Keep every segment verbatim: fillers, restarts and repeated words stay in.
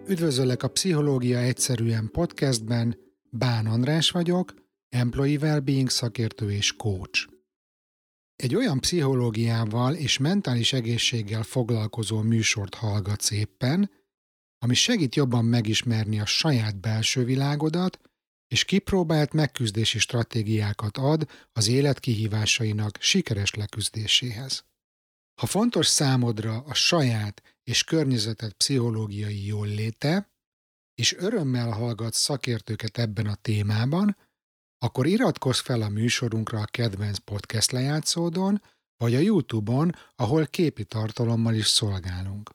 Üdvözöllek a Pszichológia Egyszerűen podcastben, Bán András vagyok, Employee Wellbeing szakértő és coach. Egy olyan pszichológiával és mentális egészséggel foglalkozó műsort hallgatsz éppen, ami segít jobban megismerni a saját belső világodat, és kipróbált megküzdési stratégiákat ad az élet kihívásainak sikeres leküzdéséhez. Ha fontos számodra a saját és környezeted pszichológiai jólléte, és örömmel hallgatsz szakértőket ebben a témában, akkor iratkozz fel a műsorunkra a kedvenc podcast lejátszódon, vagy a YouTube-on, ahol képi tartalommal is szolgálunk.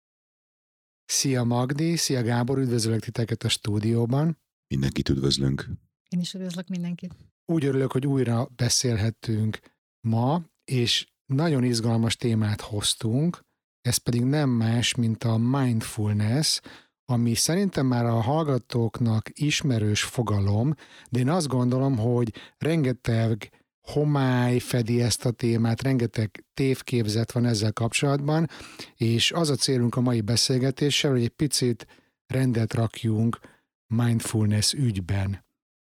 Szia Magdi, szia Gábor, üdvözlök titeket a stúdióban. Mindenkit üdvözlünk. Én is üdvözlök mindenkit. Úgy örülök, hogy újra beszélhettünk ma, és nagyon izgalmas témát hoztunk, ez pedig nem más, mint a mindfulness, ami szerintem már a hallgatóknak ismerős fogalom, de én azt gondolom, hogy rengeteg homály fedi ezt a témát, rengeteg tévképzet van ezzel kapcsolatban, és az a célunk a mai beszélgetéssel, hogy egy picit rendet rakjunk mindfulness ügyben.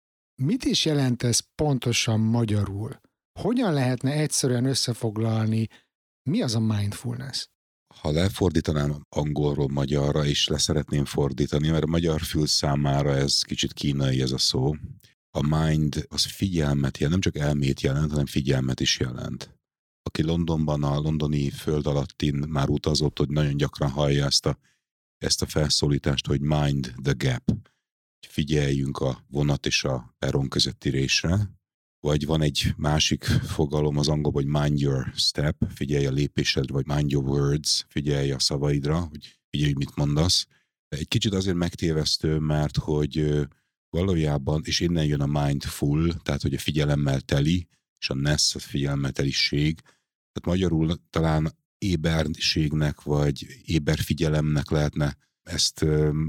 Mit is jelent ez pontosan magyarul? Hogyan lehetne egyszerűen összefoglalni, mi az a mindfulness? Ha lefordítanám angolról magyarra, és leszeretném fordítani, mert a magyar fül számára ez kicsit kínai ez a szó. A mind az figyelmet jelent, nem csak elmét jelent, hanem figyelmet is jelent. Aki Londonban, a londoni föld alattin már utazott, hogy nagyon gyakran hallja ezt a, ezt a felszólítást, hogy mind the gap. Figyeljünk a vonat és a perron közötti résre. Vagy van egy másik fogalom az angolban, hogy mind your step, figyelj a lépésedre, vagy mind your words, figyelj a szavaidra, hogy figyelj, hogy mit mondasz. Egy kicsit azért megtévesztő, mert hogy valójában, és innen jön a mindful, tehát hogy a figyelemmel teli, és a ness, a figyelemmel teliség. Tehát magyarul talán éberségnek, vagy éberfigyelemnek lehetne ezt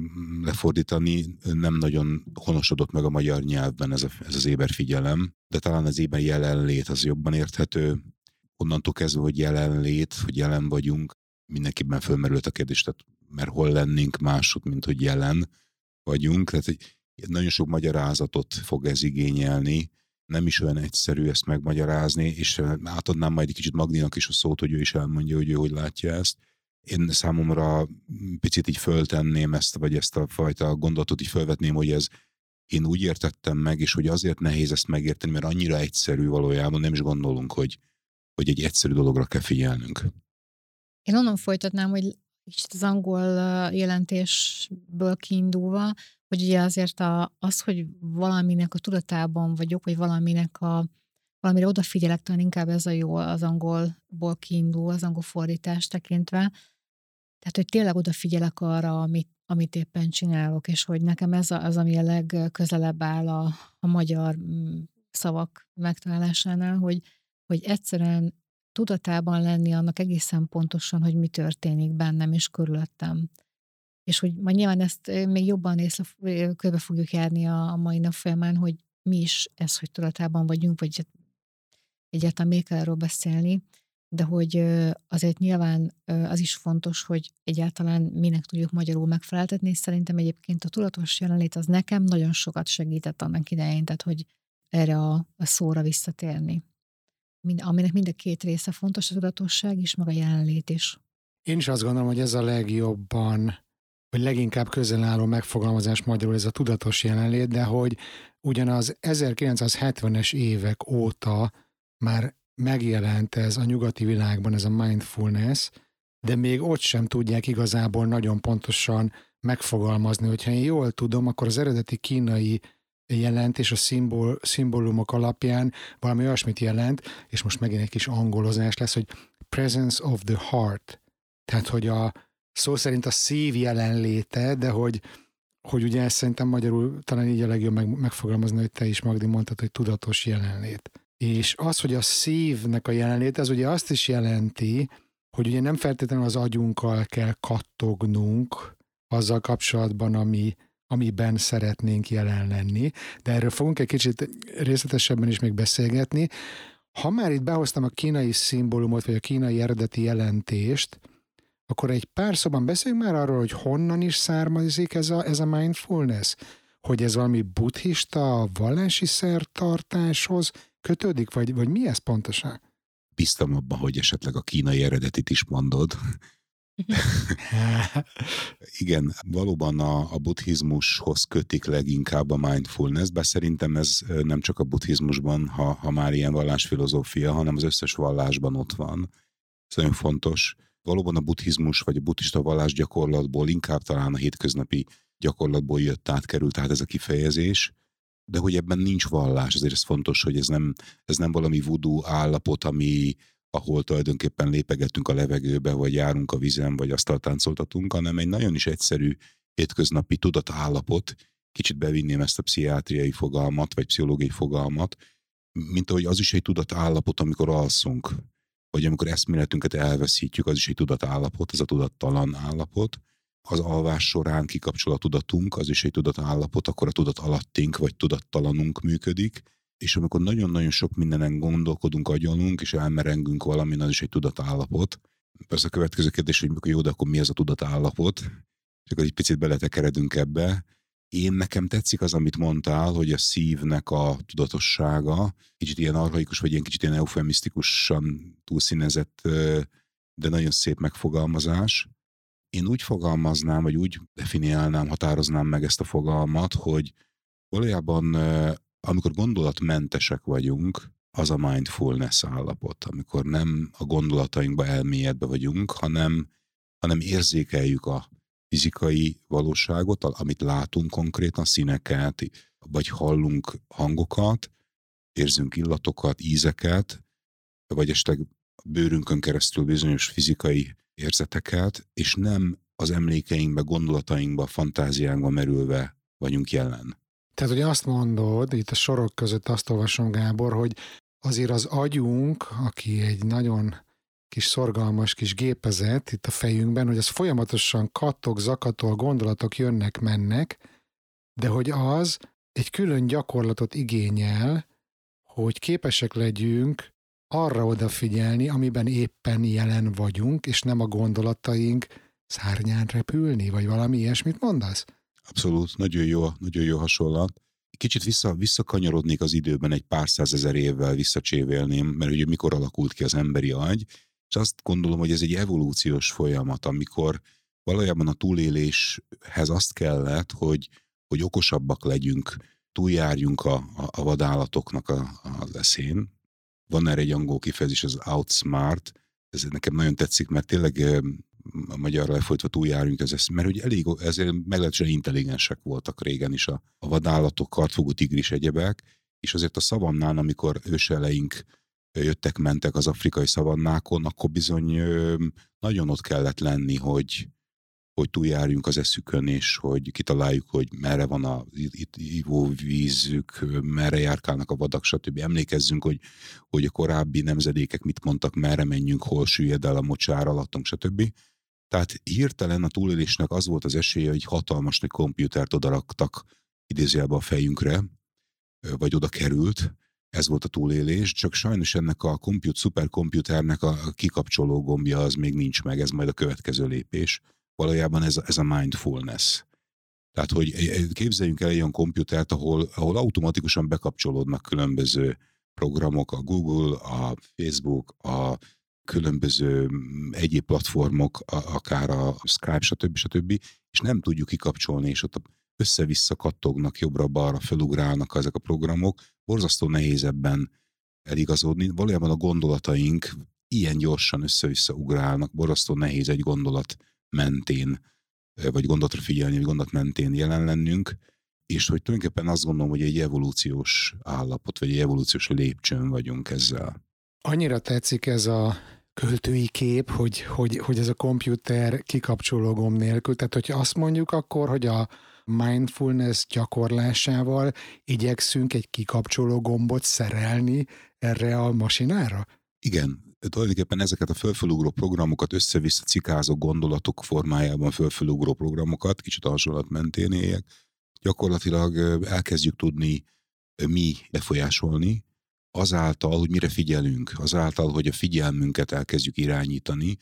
lefordítani, nem nagyon honosodott meg a magyar nyelvben ez, a, ez az éberfigyelem, de talán az éber jelenlét az jobban érthető. Onnantól kezdve, hogy jelenlét, hogy jelen vagyunk, mindenkiben fölmerült a kérdés, tehát mert hol lennénk máshogy, mint hogy jelen vagyunk. Tehát nagyon sok magyarázatot fog ez igényelni, nem is olyan egyszerű ezt megmagyarázni, és átadnám majd egy kicsit Magdinak is a szót, hogy ő is elmondja, hogy ő hogy látja ezt. Én számomra picit így föltenném ezt, vagy ezt a fajta gondolatot így fölvetném, hogy ez én úgy értettem meg, és hogy azért nehéz ezt megérteni, mert annyira egyszerű valójában, nem is gondolunk, hogy, hogy egy egyszerű dologra kell figyelnünk. Én onnan folytatnám, hogy kicsit az angol jelentésből kiindulva, hogy ugye azért a, az, hogy valaminek a tudatában vagyok, vagy valaminek a valamire odafigyelek, talán inkább ez a jó az angolból kiindul, az angol fordítás tekintve. Tehát, hogy tényleg odafigyelek arra, amit, amit éppen csinálok, és hogy nekem ez az, ami a legközelebb áll a, a magyar szavak megtalálásánál, hogy, hogy egyszerűen tudatában lenni annak egészen pontosan, hogy mi történik bennem és körülöttem. És hogy majd nyilván ezt még jobban észre, körbe fogjuk járni a, a mai nap folyamán, hogy mi is ez, hogy tudatában vagyunk, vagy egyáltalán még kell erről beszélni, de hogy azért nyilván az is fontos, hogy egyáltalán minek tudjuk magyarul megfeleltetni, és szerintem egyébként a tudatos jelenlét az nekem nagyon sokat segített annak idején, tehát hogy erre a, a szóra visszatérni. Mind, aminek mind a két része fontos, a tudatosság is, meg a jelenlét is. Én is azt gondolom, hogy ez a legjobban, vagy leginkább közel álló megfogalmazás magyarul ez a tudatos jelenlét, de hogy ugyanaz ezerkilencszázhetvenes évek óta már megjelent ez a nyugati világban, ez a mindfulness, de még ott sem tudják igazából nagyon pontosan megfogalmazni. Hogyha én jól tudom, akkor az eredeti kínai jelentés a szimbol, szimbólumok alapján valami olyasmit jelent, és most megint egy kis angolozás lesz, hogy presence of the heart. Tehát, hogy a szó szerint a szív jelenléte, de hogy, hogy ugye ezt szerintem magyarul talán így a legjobb meg, megfogalmazni, hogy te is, Magdi, mondtad, hogy tudatos jelenlét. És az, hogy a szívnek a jelenlét, az ugye azt is jelenti, hogy ugye nem feltétlenül az agyunkkal kell kattognunk azzal kapcsolatban, ami, amiben szeretnénk jelen lenni, de erről fogunk egy kicsit részletesebben is még beszélgetni. Ha már itt behoztam a kínai szimbólumot, vagy a kínai eredeti jelentést, akkor egy pár szóban beszéljünk már arról, hogy honnan is származik ez a, ez a mindfulness, hogy ez valami buddhista vallási szertartáshoz kötődik, vagy, vagy mi ez pontosan? Bíztam abban, hogy esetleg a kínai eredetit is mondod. Igen, valóban a, a buddhizmushoz kötik leginkább a mindfulness, bár szerintem ez nem csak a buddhizmusban, ha, ha már ilyen vallásfilozófia, hanem az összes vallásban ott van. Ez nagyon fontos. Valóban a buddhizmus vagy a buddhista vallás gyakorlatból, inkább talán a hétköznapi gyakorlatból jött át, került át ez a kifejezés, de hogy ebben nincs vallás, azért ez fontos, hogy ez nem, ez nem valami voodoo állapot, ami, ahol tulajdonképpen lépegetünk a levegőbe, vagy járunk a vízen, vagy asztalt táncoltatunk, hanem egy nagyon is egyszerű hétköznapi tudatállapot, kicsit bevinném ezt a pszichiátriai fogalmat, vagy pszichológiai fogalmat, mint ahogy az is egy tudatállapot, amikor alszunk, vagy amikor eszméletünket elveszítjük, az is egy tudatállapot, ez a tudattalan állapot. Az alvás során kikapcsol a tudatunk, az is egy tudatállapot, akkor a tudat alattink, vagy tudattalanunk működik, és amikor nagyon-nagyon sok mindenen gondolkodunk, agyalunk, és elmerengünk valamin, az is egy tudatállapot. Persze a következő kérdés, hogy mikor jó, de akkor mi az a tudatállapot? És akkor egy picit beletekeredünk ebbe. Én nekem tetszik az, amit mondtál, hogy a szívnek a tudatossága, kicsit ilyen archaikus, vagy ilyen kicsit ilyen eufemisztikusan túlszínezett, de nagyon szép megfogalmazás. Én úgy fogalmaznám, vagy úgy definiálnám, határoznám meg ezt a fogalmat, hogy valójában amikor gondolatmentesek vagyunk, az a mindfulness állapot, amikor nem a gondolatainkba elmélyedve vagyunk, hanem, hanem érzékeljük a fizikai valóságot, amit látunk konkrétan, színeket, vagy hallunk hangokat, érzünk illatokat, ízeket, vagy esetleg bőrünkön keresztül bizonyos fizikai érzeteket, és nem az emlékeinkbe, gondolatainkba, fantáziánkba merülve vagyunk jelen. Tehát ugye azt mondod, itt a sorok között azt olvasom, Gábor, hogy azért az agyunk, aki egy nagyon kis szorgalmas kis gépezet itt a fejünkben, hogy az folyamatosan kattog, zakatol, gondolatok jönnek, mennek, de hogy az egy külön gyakorlatot igényel, hogy képesek legyünk arra odafigyelni, amiben éppen jelen vagyunk, és nem a gondolataink szárnyán repülni, vagy valami ilyesmit mondasz? Abszolút, nagyon jó, nagyon jó hasonlat. Kicsit vissza, visszakanyarodnék az időben, egy pár százezer évvel visszacsévélném, mert ugye mikor alakult ki az emberi agy, és azt gondolom, hogy ez egy evolúciós folyamat, amikor valójában a túléléshez azt kellett, hogy, hogy okosabbak legyünk, túljárjunk a, a, a vadállatoknak a, az eszén. Van erre egy angol kifejezés, az outsmart, ez nekem nagyon tetszik, mert tényleg a magyarra lefolytva túljárjunk az eszén, mert ugye elég, ezért meglehetősen intelligensek voltak régen is a, a vadállatok, kartfogó tigris, egyebek, és azért a szavannán, amikor őseleink jöttek, mentek az afrikai szavannákon, akkor bizony nagyon ott kellett lenni, hogy, hogy túljárjunk az eszükön, és hogy kitaláljuk, hogy merre van a ivóvízük, merre járkálnak a vadak, stb. Emlékezzünk, hogy, hogy a korábbi nemzedékek mit mondtak, merre menjünk, hol süllyed el a mocsár alattunk, stb. Tehát hirtelen a túlélésnek az volt az esélye, hogy hatalmas nagy kompjútert odaraktak idézőjelbe a fejünkre, vagy oda került. Ez volt a túlélés, csak sajnos ennek a kompjút, szuperkompjúternek a kikapcsoló gombja az még nincs meg, ez majd a következő lépés. Valójában ez a, ez a mindfulness. Tehát, hogy képzeljünk el egy olyan kompjútert, ahol, ahol automatikusan bekapcsolódnak különböző programok, a Google, a Facebook, a különböző egyéb platformok, akár a Skype, stb. stb. És nem tudjuk kikapcsolni, és ott össze-vissza kattognak, jobbra-balra felugrálnak ezek a programok. Borzasztó nehéz ebben eligazodni. Valójában a gondolataink ilyen gyorsan össze-vissza ugrálnak, borzasztó nehéz egy gondolat mentén, vagy gondolatra figyelni, vagy gondolat mentén jelen lennünk, és hogy tulajdonképpen azt gondolom, hogy egy evolúciós állapot, vagy egy evolúciós lépcsőn vagyunk ezzel. Annyira tetszik ez a költői kép, hogy, hogy, hogy ez a komputer kikapcsoló gomb nélkül. Tehát, hogyha azt mondjuk akkor, hogy a mindfulness gyakorlásával igyekszünk egy kikapcsoló gombot szerelni erre a masinára? Igen, tulajdonképpen ezeket a fölfelugró programokat, össze-vissza cikázó gondolatok formájában fölfelugró programokat, kicsit a hasonlat mentén éljek, gyakorlatilag elkezdjük tudni mi befolyásolni, azáltal, hogy mire figyelünk, azáltal, hogy a figyelmünket elkezdjük irányítani,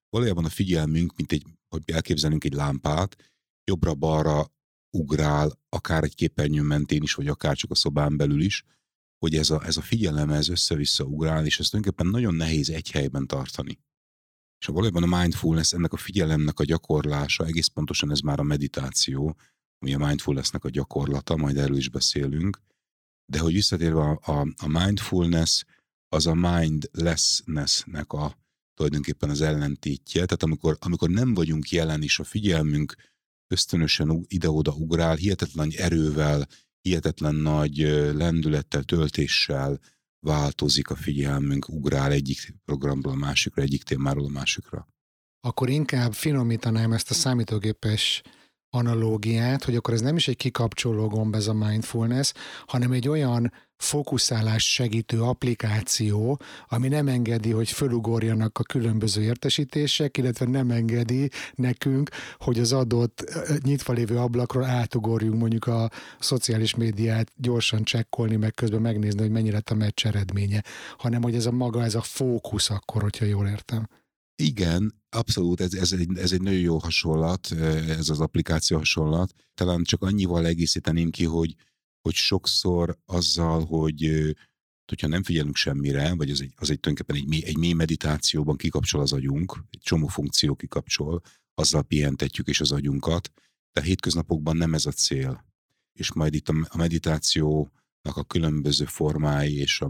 valójában a figyelmünk, mint egy, hogy elképzelünk egy lámpát, jobbra-balra ugrál, akár egy képernyő mentén is, vagy akár csak a szobán belül is, hogy ez a, ez a figyelem, ez össze-vissza ugrál, és ezt tulajdonképpen nagyon nehéz egy helyben tartani. És valójában a mindfulness, ennek a figyelemnek a gyakorlása, egész pontosan ez már a meditáció, ami a mindfulnessnek a gyakorlata, majd erről is beszélünk, de hogy visszatérve a, a, a mindfulness, az a mindlessnessnek a tulajdonképpen az ellentétje, tehát amikor, amikor nem vagyunk jelen, és a figyelmünk ösztönösen ide-oda ugrál, hihetetlen nagy erővel, hihetetlen nagy lendülettel, töltéssel változik a figyelmünk, ugrál egyik programról a másikra, egyik témáról a másikra. Akkor inkább finomítanám ezt a számítógépes analógiát, hogy akkor ez nem is egy kikapcsoló gomb ez a mindfulness, hanem egy olyan fókuszálás segítő applikáció, ami nem engedi, hogy fölugorjanak a különböző értesítések, illetve nem engedi nekünk, hogy az adott nyitva lévő ablakról átugorjunk mondjuk a szociális médiát gyorsan csekkolni, meg közben megnézni, hogy mennyi lett a meccs eredménye, hanem hogy ez a maga, ez a fókusz akkor, hogyha jól értem. Igen, abszolút, ez, ez, egy, ez egy nagyon jó hasonlat, ez az applikáció hasonlat. Talán csak annyival egészíteném ki, hogy, hogy sokszor azzal, hogy hogyha nem figyelünk semmire, vagy az egy, az egy tulajdonképpen egy mély, egy mély meditációban kikapcsol az agyunk, egy csomó funkció kikapcsol, azzal pihentetjük is az agyunkat, de a hétköznapokban nem ez a cél. És majd itt a meditációnak a különböző formái és a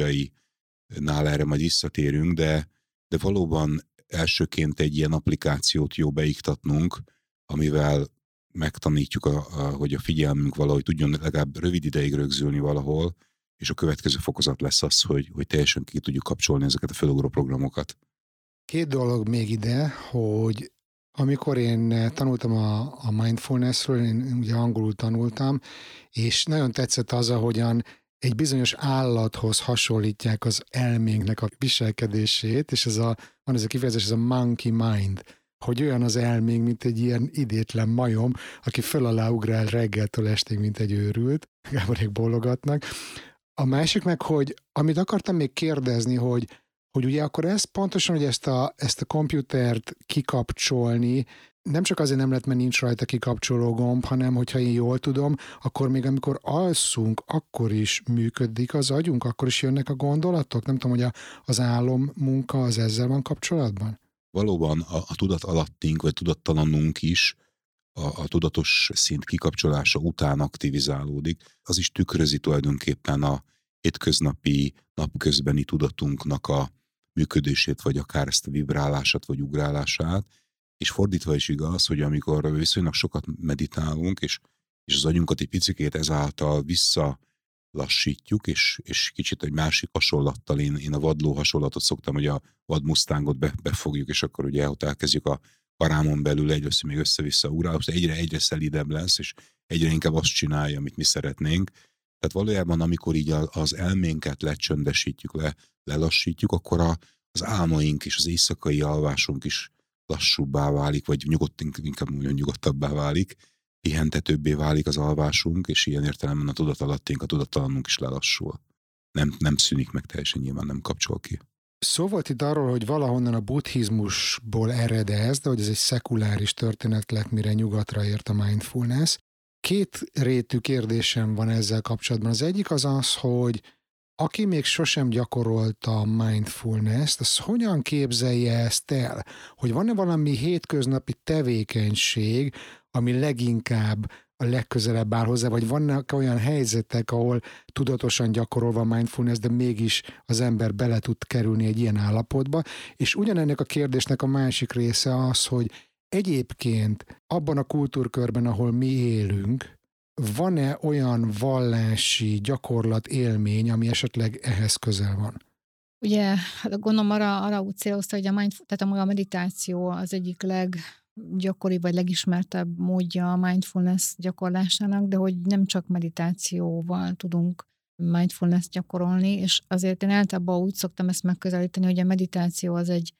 módjainál erre majd visszatérünk, de, de valóban elsőként egy ilyen applikációt jó beiktatnunk, amivel megtanítjuk, a, a, hogy a figyelmünk valahogy tudjon legalább rövid ideig rögzülni valahol, és a következő fokozat lesz az, hogy, hogy teljesen ki tudjuk kapcsolni ezeket a felugró programokat. Két dolog még ide, hogy amikor én tanultam a, a mindfulnessről, én ugye angolul tanultam, és nagyon tetszett az, ahogyan egy bizonyos állathoz hasonlítják az elménknek a viselkedését, és ez a, van ez a kifejezés, ez a monkey mind, hogy olyan az elménk, mint egy ilyen idétlen majom, aki föl alá ugrál reggeltől estig, mint egy őrült, Gáborék bólogatnak. A másik meg, hogy amit akartam még kérdezni, hogy, hogy ugye akkor ez pontosan, hogy ezt a, ezt a komputert kikapcsolni, nem csak azért nem lehet, mert nincs rajta kikapcsoló gomb, hanem hogyha én jól tudom, akkor még amikor alszunk, akkor is működik az agyunk, akkor is jönnek a gondolatok? Nem tudom, hogy a, az álommunka az ezzel van kapcsolatban? Valóban a, a tudat alattink, vagy tudattalanunk is a, a tudatos szint kikapcsolása után aktivizálódik. Az is tükrözi tulajdonképpen a hétköznapi, napközbeni tudatunknak a működését, vagy akár ezt a vibrálását, vagy ugrálását. És fordítva is igaz, hogy amikor viszonylag sokat meditálunk, és, és az agyunkat egy picikét ezáltal visszalassítjuk, és, és kicsit egy másik hasonlattal, én, én a vadló hasonlatot szoktam, hogy a vadmusztángot be, befogjuk, és akkor ugye ott elkezdjük a karámon belül egyre még össze-vissza ugrál, egyre, egyre szelidebb lesz, és egyre inkább azt csinálja, amit mi szeretnénk. Tehát valójában, amikor így az elménket lecsöndesítjük, le, lelassítjuk, akkor a, az álmaink és az éjszakai alvásunk is lassúbbá válik, vagy nyugodt, inkább nagyon nyugodtabbá válik, pihentetőbbé válik az alvásunk, és ilyen értelemben a tudatalatténk, a tudattalanunk is lelassul. Nem, nem szűnik meg teljesen, nyilván nem kapcsol ki. Szó volt itt arról, hogy valahonnan a buddhizmusból ered ez, de hogy ez egy szekuláris történet lett, mire nyugatra ért a mindfulness. Két rétű kérdésem van ezzel kapcsolatban. Az egyik az az, hogy aki még sosem gyakorolta a mindfulness-t, az hogyan képzelje ezt el? Hogy van-e valami hétköznapi tevékenység, ami leginkább a legközelebb áll hozzá, vagy vannak olyan helyzetek, ahol tudatosan gyakorolva a mindfulness, de mégis az ember bele tud kerülni egy ilyen állapotba, és ugyanennek a kérdésnek a másik része az, hogy egyébként abban a kultúrkörben, ahol mi élünk, van-e olyan vallási gyakorlat, élmény, ami esetleg ehhez közel van? Ugye, gondolom arra, arra úgy célozta, hogy a, mind, tehát a meditáció az egyik leggyakoribb, vagy legismertebb módja a mindfulness gyakorlásának, de hogy nem csak meditációval tudunk mindfulness gyakorolni, és azért én általában úgy szoktam ezt megközelíteni, hogy a meditáció az egy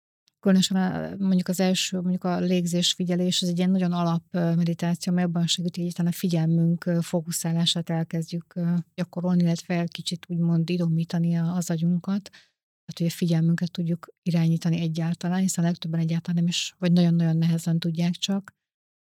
különösen mondjuk az első, mondjuk a légzésfigyelés, ez egy ilyen nagyon alap meditáció, amely abban segít, hogy a figyelmünk fókuszálását elkezdjük gyakorolni, illetve kicsit úgymond idomítani az agyunkat. Tehát, hogy a figyelmünket tudjuk irányítani egyáltalán, hiszen a legtöbben egyáltalán nem is, vagy nagyon-nagyon nehezen tudják csak.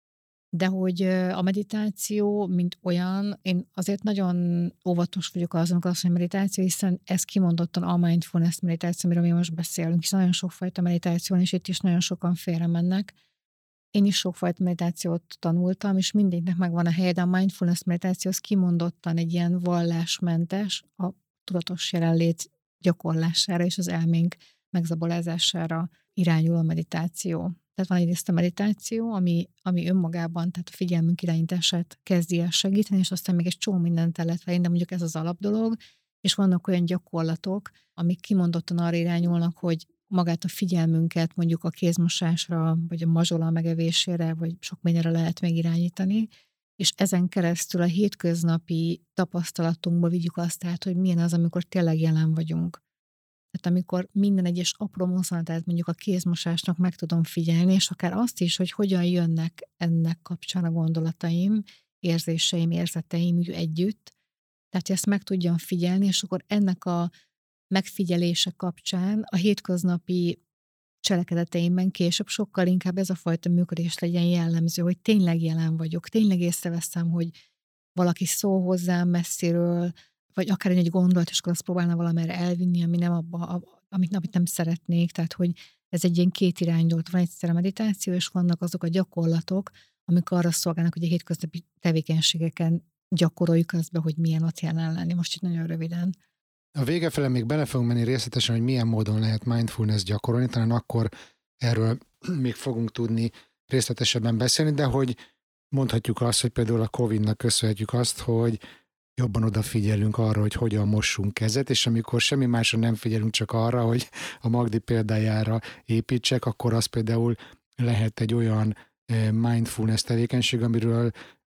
De hogy a meditáció, mint olyan, én azért nagyon óvatos vagyok azon, amikor azt mondom, meditáció, hiszen ez kimondottan a mindfulness meditáció, amiről mi most beszélünk, hiszen nagyon sokfajta meditáció van, és itt is nagyon sokan félre mennek. Én is sokfajta meditációt tanultam, és mindegynek megvan a helye, de a mindfulness meditáció az kimondottan egy ilyen vallásmentes, a tudatos jelenlét gyakorlására és az elménk megzabolázására irányuló meditáció. Tehát van egyrészt a meditáció, ami, ami önmagában, tehát a figyelmünk irányítását kezdi el segíteni, és aztán még egy csomó mindent el lehet venni, de mondjuk ez az alapdolog, és vannak olyan gyakorlatok, amik kimondottan arra irányulnak, hogy magát a figyelmünket mondjuk a kézmosásra, vagy a mazsola megevésére, vagy sok mindenre lehet megirányítani, és ezen keresztül a hétköznapi tapasztalatunkba vigyük azt át, hogy milyen az, amikor tényleg jelen vagyunk. Tehát amikor minden egyes apró mozzanatát mondjuk a kézmosásnak meg tudom figyelni, és akár azt is, hogy hogyan jönnek ennek kapcsán a gondolataim, érzéseim, érzeteim együtt, tehát hogy ezt meg tudjam figyelni, és akkor ennek a megfigyelése kapcsán a hétköznapi cselekedeteimben később sokkal inkább ez a fajta működés legyen jellemző, hogy tényleg jelen vagyok, tényleg észreveszem, hogy valaki szól hozzám messziről, vagy akár egy gondolat, és akkor azt próbálna valamerre elvinni, ami nem abba, amit, amit nem szeretnék, tehát hogy ez egy ilyen két irányult, van egyszer a meditáció, és vannak azok a gyakorlatok, amik arra szolgálnak, hogy a hétköznapi tevékenységeken gyakoroljuk azt be, hogy milyen ott jelen lenni. Most itt nagyon röviden. A vége fele még bele fogunk menni részletesen, hogy milyen módon lehet mindfulness gyakorolni, talán akkor erről még fogunk tudni részletesebben beszélni, de hogy mondhatjuk azt, hogy például a Covidnak köszönhetjük azt, hogy jobban odafigyelünk arra, hogy hogyan mossunk kezet, és amikor semmi másra nem figyelünk, csak arra, hogy a Magdi példájára építsek, akkor az például lehet egy olyan mindfulness tevékenység, amiről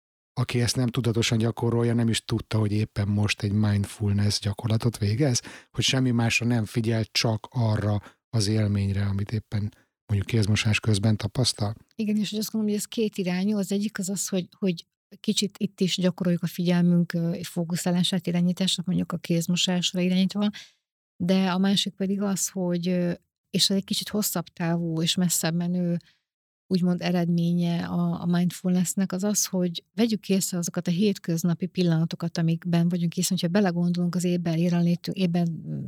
aki ezt nem tudatosan gyakorolja, nem is tudta, hogy éppen most egy mindfulness gyakorlatot végez, hogy semmi másra nem figyel, csak arra az élményre, amit éppen mondjuk kézmosás közben tapasztal. Igen, és azt gondolom, hogy ez két irányú. Az egyik az az, hogy, hogy kicsit itt is gyakoroljuk a figyelmünk fókuszálását, irányítását, mondjuk a kézmosásra irányítva, de a másik pedig az, hogy, és ez egy kicsit hosszabb távú és messzebb menő úgymond eredménye a, a mindfulnessnek az az, hogy vegyük észre azokat a hétköznapi pillanatokat, amikben vagyunk, hiszen ha belegondolunk az évben jelenlétünk, évben,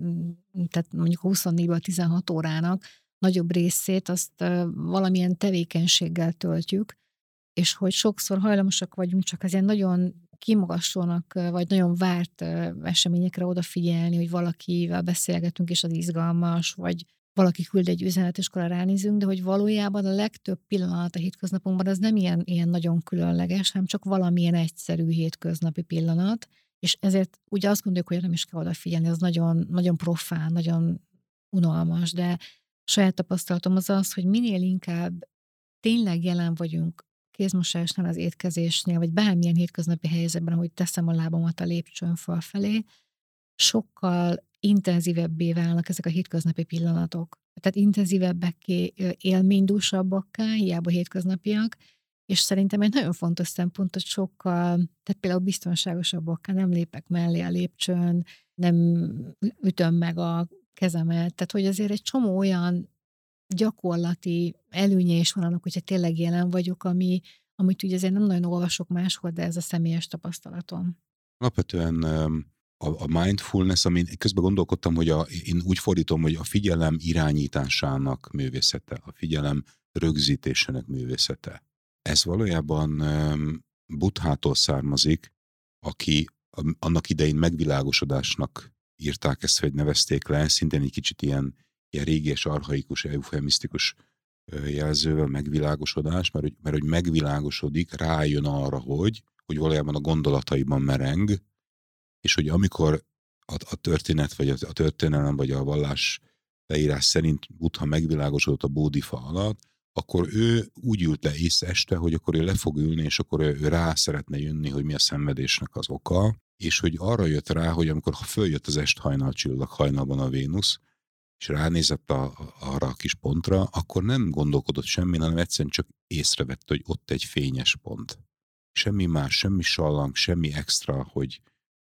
tehát mondjuk huszonnégyből tizenhat órának nagyobb részét azt valamilyen tevékenységgel töltjük, és hogy sokszor hajlamosak vagyunk csak az ilyen nagyon kimagaslónak, vagy nagyon várt eseményekre odafigyelni, hogy valakivel beszélgetünk, és az izgalmas, vagy valaki küld egy üzenet, és akkor ránézünk, de hogy valójában a legtöbb pillanat a hétköznapunkban az nem ilyen, ilyen nagyon különleges, hanem csak valamilyen egyszerű hétköznapi pillanat, és ezért ugye azt gondoljuk, hogy nem is kell odafigyelni, az nagyon, nagyon profán, nagyon unalmas, de saját tapasztalatom az az, hogy minél inkább tényleg jelen vagyunk kézmosásnál, az étkezésnél, vagy bármilyen hétköznapi helyzetben, ahogy teszem a lábamat a lépcsőn fölfelé, sokkal intenzívebbé válnak ezek a hétköznapi pillanatok. Tehát intenzívebbeké, élménydúsabbakká, hiába hétköznapiak, és szerintem egy nagyon fontos szempont, hogy sokkal, tehát például biztonságosabbakká, nem lépek mellé a lépcsőn, nem ütöm meg a kezemet, tehát hogy azért egy csomó olyan gyakorlati előnye is van annak, hogyha tényleg jelen vagyok, ami, amit ugye azért nem nagyon olvasok máshol, de ez a személyes tapasztalatom. Alapvetően a mindfulness, amin közben gondolkodtam, hogy a, én úgy fordítom, hogy a figyelem irányításának művészete, a figyelem rögzítésének művészete. Ez valójában Buddhától származik, aki annak idején megvilágosodásnak írták ezt, vagy nevezték le, szintén egy kicsit ilyen, ilyen régi és archaikus, eufemisztikus jelzővel megvilágosodás, mert, mert hogy megvilágosodik, rájön arra, hogy, hogy valójában a gondolataiban mereng, és hogy amikor a, a történet, vagy a, a történelem, vagy a vallás leírás szerint Buddha megvilágosodott a bódifa alatt, akkor ő úgy ült le ész este, hogy akkor ő le fog ülni, és akkor ő, ő rá szeretne jönni, hogy mi a szenvedésnek az oka, és hogy arra jött rá, hogy amikor följött az esthajnal csillag, hajnalban a Vénusz, és ránézett a, a, arra a kis pontra, akkor nem gondolkodott semmi, hanem egyszerűen csak észrevette, hogy ott egy fényes pont. Semmi más, semmi sallang, semmi extra, hogy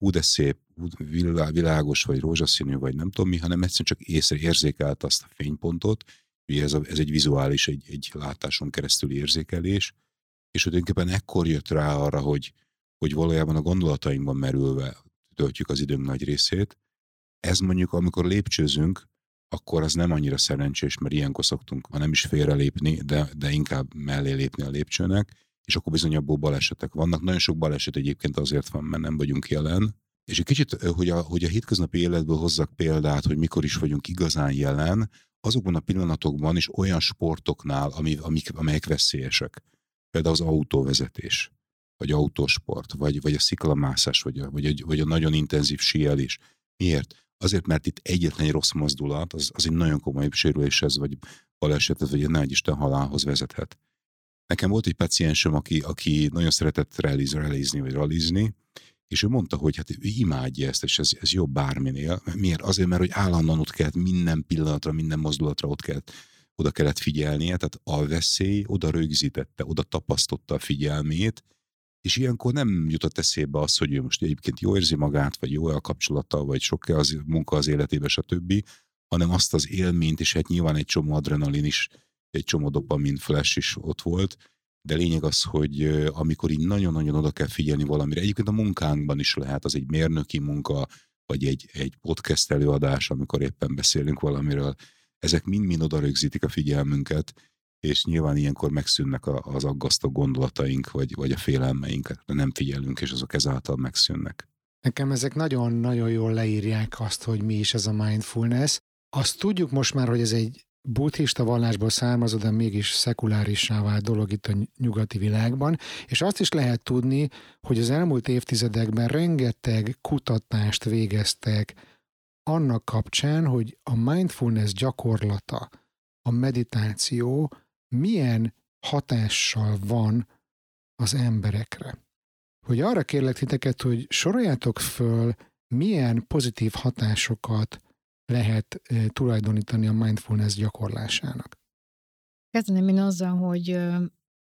hú de szép, hú, világos, vagy rózsaszínű, vagy nem tudom mi, hanem egyszerűen csak észre érzékelt azt a fénypontot. Ugye ez, a, ez egy vizuális, egy, egy látáson keresztüli érzékelés, és tulajdonképpen ekkor jött rá arra, hogy, hogy valójában a gondolatainkban merülve töltjük az időnk nagy részét. Ez mondjuk, amikor lépcsőzünk, akkor az nem annyira szerencsés, mert ilyenkor szoktunk, ha nem is félrelépni, de, de inkább mellé lépni a lépcsőnek, és akkor bizony abból balesetek vannak. Nagyon sok baleset egyébként azért van, mert nem vagyunk jelen. És egy kicsit, hogy a, hogy a hétköznapi életből hozzak példát, hogy mikor is vagyunk igazán jelen, azokban a pillanatokban is olyan sportoknál, ami, amik, amelyek veszélyesek. Például az autóvezetés, vagy autósport, vagy, vagy a sziklamászás, vagy a, vagy, a, vagy a nagyon intenzív síelés. Miért? Azért, mert itt egyetlen egy rossz mozdulat, az, az egy nagyon komoly sérüléshez, vagy balesetet, vagy egy nagy Isten halálhoz vezethet. Nekem volt egy paciensem, aki, aki nagyon szeretett rallizni, vagy rallizni, és ő mondta, hogy hát ő imádja ezt, és ez, ez jobb bárminél. Miért? Azért, mert hogy állandóan ott kellett minden pillanatra, minden mozdulatra ott kellett, oda kellett figyelnie, tehát a veszély oda rögzítette, oda tapasztotta a figyelmét, és ilyenkor nem jutott eszébe az, hogy ő most egyébként jól érzi magát, vagy jó a kapcsolata, vagy sok az munka az életébe, stb., hanem azt az élményt, és hát nyilván egy csomó adrenalin is, egy csomó dopamin flash is ott volt, de lényeg az, hogy amikor így nagyon-nagyon oda kell figyelni valamire, egyébként a munkánkban is lehet, az egy mérnöki munka, vagy egy, egy podcast előadás, amikor éppen beszélünk valamiről, ezek mind-mind oda rögzítik a figyelmünket, és nyilván ilyenkor megszűnnek az aggasztó gondolataink, vagy, vagy a félelmeink, de nem figyelünk, és azok ezáltal megszűnnek. Nekem ezek nagyon-nagyon jól leírják azt, hogy mi is ez a mindfulness. Azt tudjuk most már, hogy ez egy buddhista vallásból származó, de mégis szekulárissá vált dolog itt a nyugati világban, és azt is lehet tudni, hogy az elmúlt évtizedekben rengeteg kutatást végeztek annak kapcsán, hogy a mindfulness gyakorlata, a meditáció milyen hatással van az emberekre. Hogy arra kérlek titeket, hogy soroljátok föl, milyen pozitív hatásokat lehet e, tulajdonítani a mindfulness gyakorlásának. Kezdeném én azzal, hogy ö,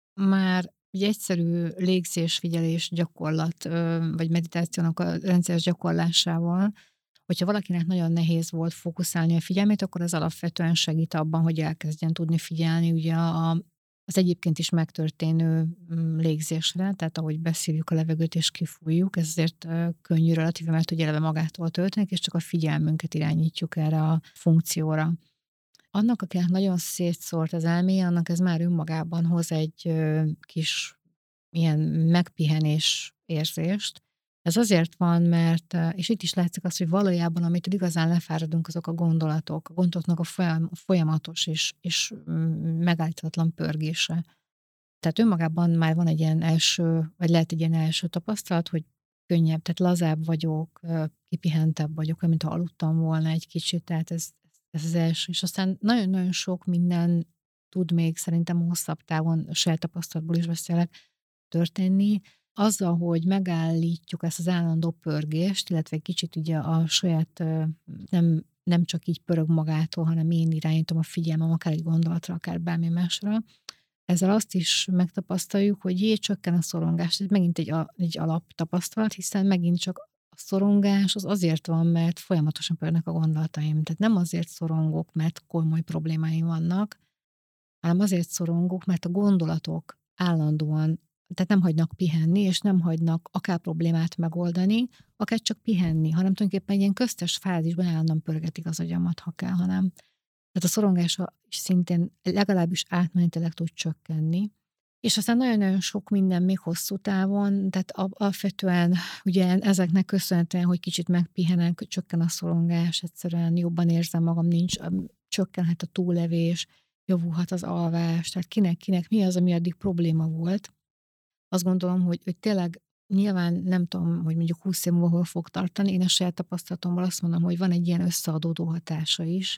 már egy egyszerű légzésfigyelés gyakorlat, ö, vagy meditációnak a rendszeres gyakorlásával, hogyha valakinek nagyon nehéz volt fókuszálni a figyelmét, akkor az alapvetően segít abban, hogy elkezdjen tudni figyelni ugye a, az egyébként is megtörténő légzésre, tehát ahogy beszívjuk a levegőt és kifújjuk, ez azért könnyű relatíve, mert hogy eleve magától történik, és csak a figyelmünket irányítjuk erre a funkcióra. Annak, akinek nagyon szétszórt az elméje, annak ez már önmagában hoz egy kis ilyen megpihenés érzést. Ez azért van, mert, és itt is látszik az, hogy valójában, amit igazán lefáradunk, azok a gondolatok, a gondolatnak a folyamatos és, és megállíthatatlan pörgése. Tehát önmagában már van egy ilyen első, vagy lehet egy ilyen első tapasztalat, hogy könnyebb, tehát lazább vagyok, kipihentebb vagyok, mint ha aludtam volna egy kicsit, tehát ez, ez az első. És aztán nagyon-nagyon sok minden tud még szerintem hosszabb távon, a saját tapasztalatból is beszélek, történni, azzal, hogy megállítjuk ezt az állandó pörgést, illetve egy kicsit ugye a saját, nem, nem csak így pörög magától, hanem én irányítom a figyelmem akár egy gondolatra, akár bármi másra. Ezzel azt is megtapasztaljuk, hogy jé, csökken a szorongás. Ez megint egy, egy alaptapasztalat, hiszen megint csak a szorongás az azért van, mert folyamatosan pörögnek a gondolataim. Tehát nem azért szorongok, mert komoly problémáim vannak, hanem azért szorongok, mert a gondolatok állandóan, tehát nem hagynak pihenni, és nem hagynak akár problémát megoldani, akár csak pihenni, hanem tulajdonképpen egy ilyen köztes fázisban állandóan pörgetik az agyamat, ha kell, hanem. Tehát a szorongása is szintén legalábbis átmenetileg tud csökkenni. És aztán nagyon-nagyon sok minden még hosszú távon, tehát alapvetően ugye ezeknek köszönhetően, hogy kicsit megpihenek, csökken a szorongás, egyszerűen jobban érzem magam, nincs, csökkenhet a túllevés, javulhat az alvás, tehát kinek-kinek mi az, ami addig probléma volt. Azt gondolom, hogy, hogy tényleg nyilván nem tudom, hogy mondjuk húsz év múlva hol fog tartani, én a saját tapasztalatomból azt mondom, hogy van egy ilyen összeadódó hatása is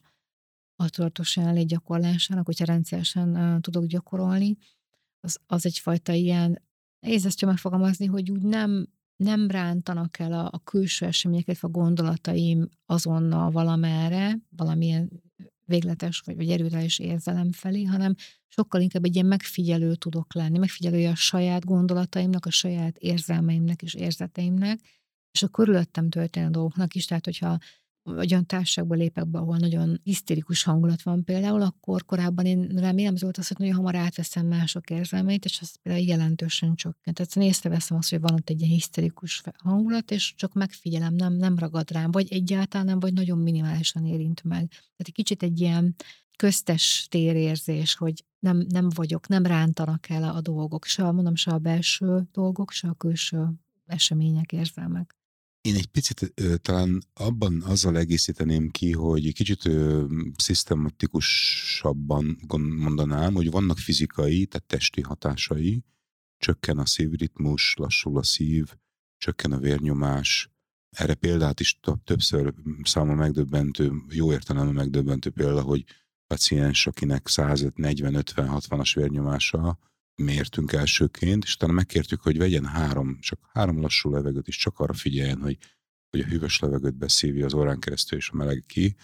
a tudatos jelenlét gyakorlásának, hogyha rendszeresen uh, tudok gyakorolni, az, az egyfajta ilyen, nehéz ezt megfogalmazni, hogy úgy nem, nem rántanak el a, a külső eseményeket, a gondolataim azonnal valamerre, valamilyen végletes vagy, vagy erőteljes érzelem felé, hanem sokkal inkább egy ilyen megfigyelő tudok lenni, megfigyelője a saját gondolataimnak, a saját érzelmeimnek és érzeteimnek, és a körülöttem történő dolgoknak is, tehát hogyha olyan társaságba lépek be, ahol nagyon hisztérikus hangulat van például, akkor korábban én remélem az volt azt, hogy nagyon hamar átveszem mások érzelmeit, és az például jelentősen csökkent. Tehát észreveszem azt, hogy van ott egy ilyen hisztérikus hangulat, és csak megfigyelem, nem, nem ragad rám, vagy egyáltalán nem, vagy nagyon minimálisan érint meg. Tehát egy kicsit egy ilyen köztes térérzés, hogy nem, nem vagyok, nem rántanak el a dolgok, se, mondom, se a belső dolgok, se a külső események, érzelmek. Én egy picit ö, talán abban azzal egészíteném ki, hogy kicsit ö, szisztematikusabban mondanám, hogy vannak fizikai, tehát testi hatásai, csökken a szívritmus, lassul a szív, csökken a vérnyomás. Erre példát is többször számomra megdöbbentő, jó értelemben megdöbbentő példa, hogy paciens, akinek száz negyven ötven hatvanas vérnyomása, mértünk elsőként, és utána megkértük, hogy vegyen három, csak három lassú levegőt, és csak arra figyeljen, hogy, hogy a hűvös levegőt beszívja az orrán keresztül, és a meleg ki,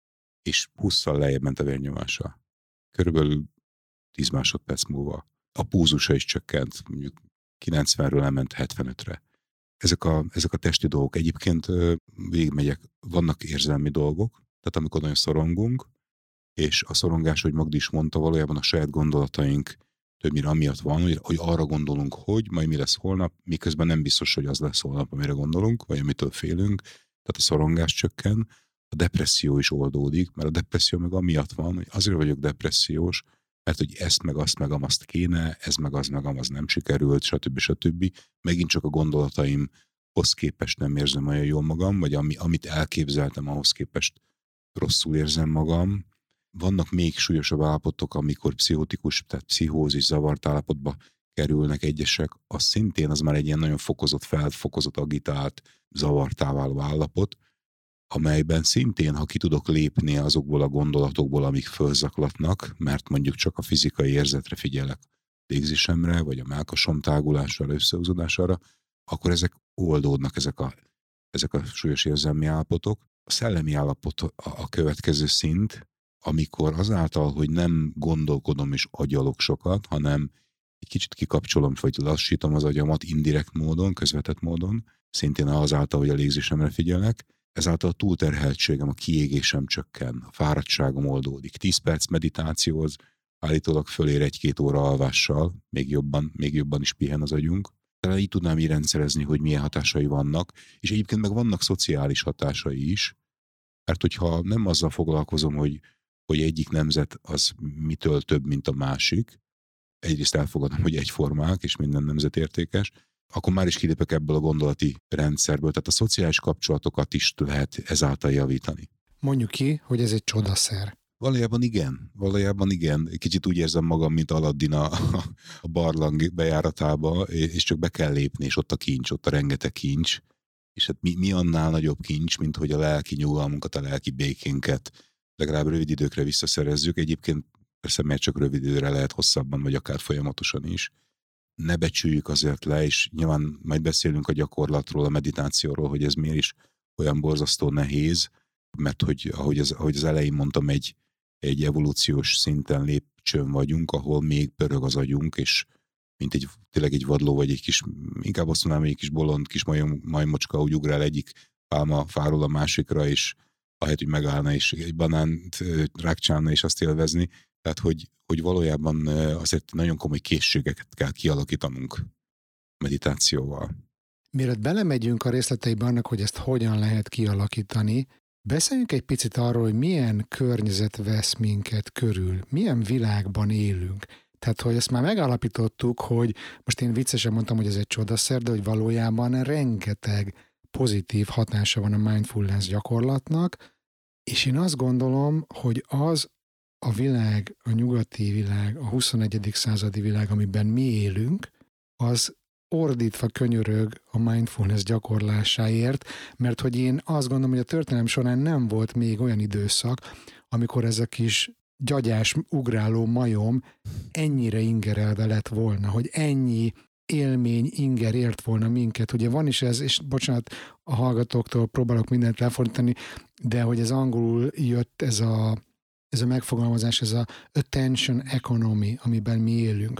és hússzal lejjebb ment a vérnyomása. Körülbelül tíz másodperc múlva. A púzusa is csökkent, mondjuk kilencvenről lement hetvenötre. Ezek a, ezek a testi dolgok. Egyébként végigmegyek, vannak érzelmi dolgok, tehát amikor nagyon szorongunk, és a szorongás, hogy Magdi is mondta, valójában a saját gondolataink többnyire amiatt van, hogy, hogy arra gondolunk, hogy majd mi lesz holnap, miközben nem biztos, hogy az lesz holnap, amire gondolunk, vagy amitől félünk, tehát a szorongás csökken, a depresszió is oldódik, mert a depresszió meg amiatt van, hogy azért vagyok depressziós, mert hogy ezt meg azt meg amazt kéne, ez meg az meg amaz nem sikerült, stb. stb. Megint csak a gondolataimhoz képest nem érzem olyan jól magam, vagy ami, amit elképzeltem, ahhoz képest rosszul érzem magam. Vannak még súlyosabb állapotok, amikor pszichotikus, tehát pszichózis, zavart állapotba kerülnek egyesek, az szintén az már egy ilyen nagyon fokozott, felfokozott, agitált, zavartá váló állapot, amelyben szintén, ha ki tudok lépni azokból a gondolatokból, amik fölzaklatnak, mert mondjuk csak a fizikai érzetre figyelek, légzésemre, vagy a mellkasom tágulására, összehúzódására, akkor ezek oldódnak, ezek a, ezek a súlyos érzelmi állapotok. A szellemi állapot a, a következő szint, amikor azáltal, hogy nem gondolkodom és agyalok sokat, hanem egy kicsit kikapcsolom, vagy lassítom az agyamat indirekt módon, közvetett módon, szintén azáltal, hogy a légzésemre figyelek, ezáltal a túlterheltségem, a kiégésem csökken, a fáradtságom oldódik. tíz perc meditációhoz állítólag fölér egy-két óra alvással, még jobban, még jobban is pihen az agyunk. Talán így tudnám így rendszerezni, hogy milyen hatásai vannak, és egyébként meg vannak szociális hatásai is, mert hogyha nem azzal foglalkozom, hogy hogy egyik nemzet az mitől több, mint a másik, egyrészt elfogadom, hogy egyformák, és minden nemzet értékes, akkor már is kilépek ebből a gondolati rendszerből, tehát a szociális kapcsolatokat is lehet ezáltal javítani. Mondjuk ki, hogy ez egy csodaszer. Valójában igen, valójában igen. Kicsit úgy érzem magam, mint Aladdin a, a barlang bejáratába, és csak be kell lépni, és ott a kincs, ott a rengeteg kincs, és hát mi, mi annál nagyobb kincs, mint hogy a lelki nyugalmunkat, a lelki békénket legalább rövid időkre visszaszerezzük. Egyébként persze, mert csak rövid időre lehet hosszabban, vagy akár folyamatosan is. Ne becsüljük azért le, és nyilván majd beszélünk a gyakorlatról, a meditációról, hogy ez miért is olyan borzasztó nehéz, mert hogy ahogy az, ahogy az elején mondtam, egy, egy evolúciós szinten lépcsőn vagyunk, ahol még pörög az agyunk, és mint egy, tényleg egy vadló, vagy egy kis, inkább azt mondanám, egy kis bolond, kis majom, majmocska úgy ugrál egyik pálma fáról a másikra, és ahelyett, hogy megállna és egy banánt rákcsálna és azt élvezni. Tehát, hogy, hogy valójában azért nagyon komoly készségeket kell kialakítanunk meditációval. Mielőtt belemegyünk a részleteibe annak, hogy ezt hogyan lehet kialakítani, beszéljünk egy picit arról, hogy milyen környezet vesz minket körül, milyen világban élünk. Tehát, hogy ezt már megállapítottuk, hogy most én viccesen mondtam, hogy ez egy csodaszer, de hogy valójában rengeteg pozitív hatása van a mindfulness gyakorlatnak, és én azt gondolom, hogy az a világ, a nyugati világ, a huszonegyedik századi világ, amiben mi élünk, az ordítva könyörög a mindfulness gyakorlásáért, mert hogy én azt gondolom, hogy a történelem során nem volt még olyan időszak, amikor ez a kis gyagyás, ugráló majom ennyire ingerelve lett volna, hogy ennyi élmény, inger ért volna minket. Ugye van is ez, és bocsánat, a hallgatóktól próbálok mindent lefordítani, de hogy ez angolul jött ez a, ez a megfogalmazás, ez a attention economy, amiben mi élünk.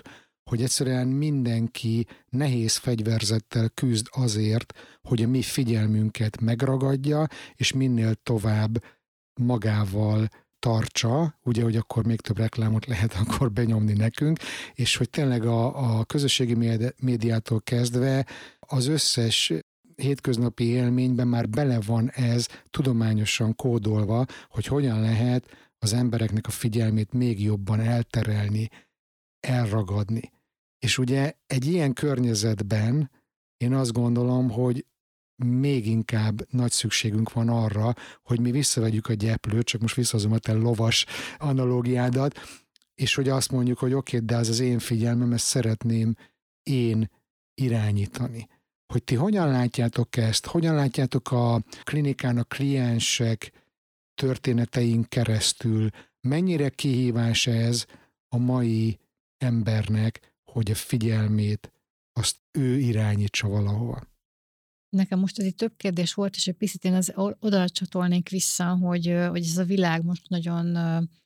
hogy egyszerűen mindenki nehéz fegyverzettel küzd azért, hogy a mi figyelmünket megragadja, és minél tovább magával tartsa, ugye, hogy akkor még több reklámot lehet akkor benyomni nekünk, és hogy tényleg a, a közösségi médiától kezdve az összes hétköznapi élményben már bele van ez tudományosan kódolva, hogy hogyan lehet az embereknek a figyelmét még jobban elterelni, elragadni. És ugye egy ilyen környezetben én azt gondolom, hogy még inkább nagy szükségünk van arra, hogy mi visszavegyük a gyeplőt, csak most visszahozom a te lovas analógiádat, és hogy azt mondjuk, hogy oké, okay, de ez az én figyelmem, ezt szeretném én irányítani. Hogy ti hogyan látjátok ezt, hogyan látjátok a klinikán a kliensek történetein keresztül, mennyire kihívás ez a mai embernek, hogy a figyelmét azt ő irányítsa valahova. Nekem most ez itt több kérdés volt, és egy picit én az oda csatolnék vissza, hogy, hogy ez a világ most nagyon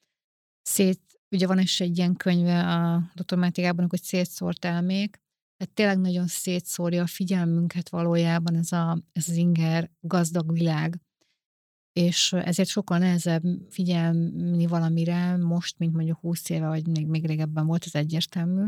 szét, ugye van is egy ilyen könyve a doktor Máté Gábornak, hogy szétszórt elmék, tehát tényleg nagyon szétszórja a figyelmünket valójában ez, a, ez az inger gazdag világ, és ezért sokkal nehezebb figyelni valamire most, mint mondjuk húsz éve, vagy még, még régebben volt, ez egyértelmű.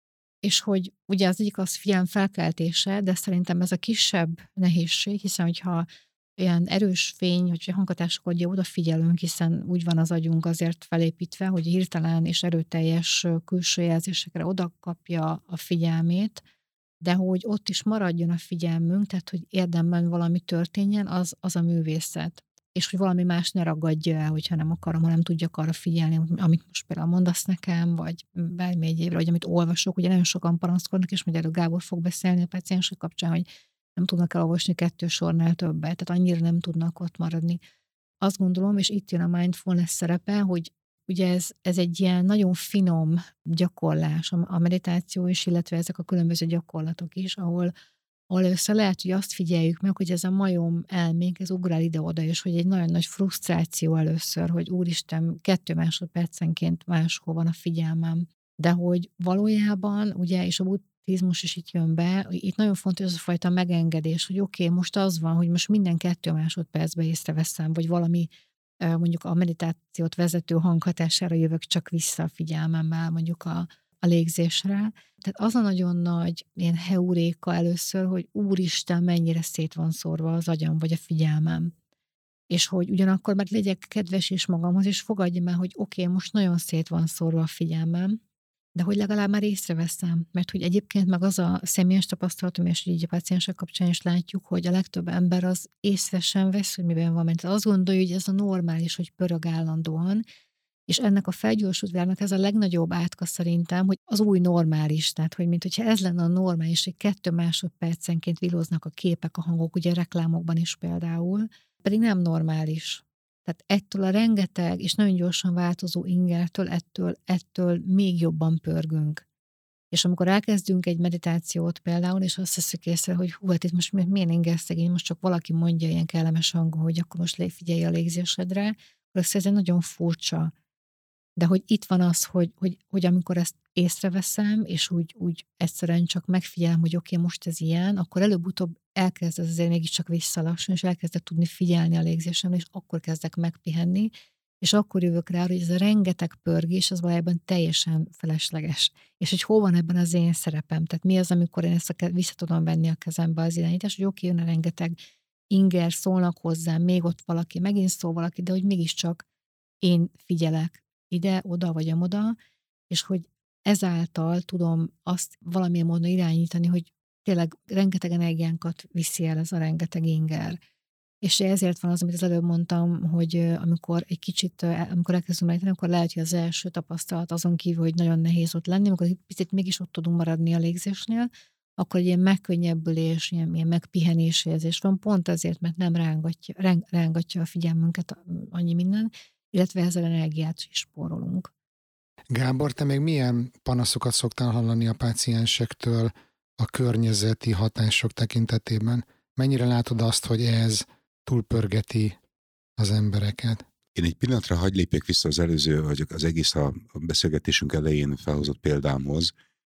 És hogy ugye az egyik az figyelem felkeltése, de szerintem ez a kisebb nehézség, hiszen hogyha olyan erős fény, hogy hanghatásokon ugye odafigyelünk, hiszen úgy van az agyunk azért felépítve, hogy hirtelen és erőteljes külső jelzésekre odakapja a figyelmét, de hogy ott is maradjon a figyelmünk, tehát hogy érdemben valami történjen, az, az a művészet. És hogy valami más ne ragadja el, hogyha nem akarom, hanem tudjak arra figyelni, amit most például mondasz nekem, vagy bármi egyébre, vagy amit olvasok. Ugye nagyon sokan panaszkodnak, és majd erről Gábor fog beszélni a páciensek kapcsán, hogy nem tudnak elolvasni kettő sornál többet, tehát annyira nem tudnak ott maradni. Azt gondolom, és itt jön a mindfulness szerepe, hogy ugye ez, ez egy ilyen nagyon finom gyakorlás, a meditáció is, illetve ezek a különböző gyakorlatok is, ahol ahol össze lehet, hogy azt figyeljük meg, hogy ez a majom elménk, ez ugrál ide-oda, és hogy egy nagyon nagy frusztráció először, hogy úristen, kettő másodpercenként máshol van a figyelmem. De hogy valójában, ugye, és a buddhizmus is itt jön be, itt nagyon fontos az a fajta megengedés, hogy oké, okay, most az van, hogy most minden kettő másodpercben észreveszem, vagy valami mondjuk a meditációt vezető hanghatására jövök csak vissza a figyelmemmel, mondjuk a a légzésre. Tehát az a nagyon nagy ilyen heuréka először, hogy úristen, mennyire szét van szórva az agyam, vagy a figyelmem. És hogy ugyanakkor meg legyek kedves is magamhoz, és fogadjam el, hogy oké, okay, most nagyon szét van szórva a figyelmem, de hogy legalább már észreveszem. Mert hogy egyébként meg az a személyes tapasztalatom, és így a páciensek kapcsán is látjuk, hogy a legtöbb ember az észre sem vesz, hogy miben van, mert azt gondolja, hogy ez a normális, hogy pörög állandóan, és ennek a felgyorsult világnak ez a legnagyobb átka szerintem, hogy az új normális, tehát hogy mint hogyha ez lenne a normális, hogy kettő másodpercenként villóznak a képek, a hangok, ugye reklámokban is például, pedig nem normális. Tehát ettől a rengeteg és nagyon gyorsan változó ingertől, ettől, ettől még jobban pörgünk. És amikor elkezdünk egy meditációt például, és azt hiszük észre, hogy hú, hát itt most milyen ingerszegény, most csak valaki mondja ilyen kellemes hangon, hogy akkor most figyelj a légzésedre, akkor ez egy nagyon furcsa. De hogy itt van az, hogy, hogy, hogy amikor ezt észreveszem, és úgy, úgy egyszerűen csak megfigyelem, hogy oké, okay, most ez ilyen, akkor előbb-utóbb elkezd ez azért mégiscsak visszalassulni, és elkezdek tudni figyelni a légzésemre, és akkor kezdek megpihenni, és akkor jövök rá, hogy ez a rengeteg pörgés, az valójában teljesen felesleges. És hogy hol van ebben az én szerepem, tehát mi az, amikor én ezt a, vissza tudom venni a kezembe az irányítást, hogy oké, okay, jön a rengeteg inger, szólnak hozzám, még ott valaki, megint szól valaki, de hogy mégiscsak én figyelek ide, oda vagy amoda, és hogy ezáltal tudom azt valamilyen módon irányítani, hogy tényleg rengeteg energiánkat viszi el ez a rengeteg inger. És ezért van az, amit az előbb mondtam, hogy amikor egy kicsit, amikor elkezdünk megtenni, akkor lehet, hogy az első tapasztalat azon kívül, hogy nagyon nehéz ott lenni, amikor picit mégis ott tudunk maradni a légzésnél, akkor egy ilyen megkönnyebbülés, ilyen, ilyen megpihenési érzés van, pont azért, mert nem rángatja, ráng, rángatja a figyelmünket annyi minden, illetve ezzel energiát is spórolunk. Gábor, te még milyen panaszokat szoktál hallani a páciensektől a környezeti hatások tekintetében? Mennyire látod azt, hogy ez túlpörgeti az embereket? Én egy pillanatra hadd lépjek vissza az előző, vagy az egész a beszélgetésünk elején felhozott példámhoz.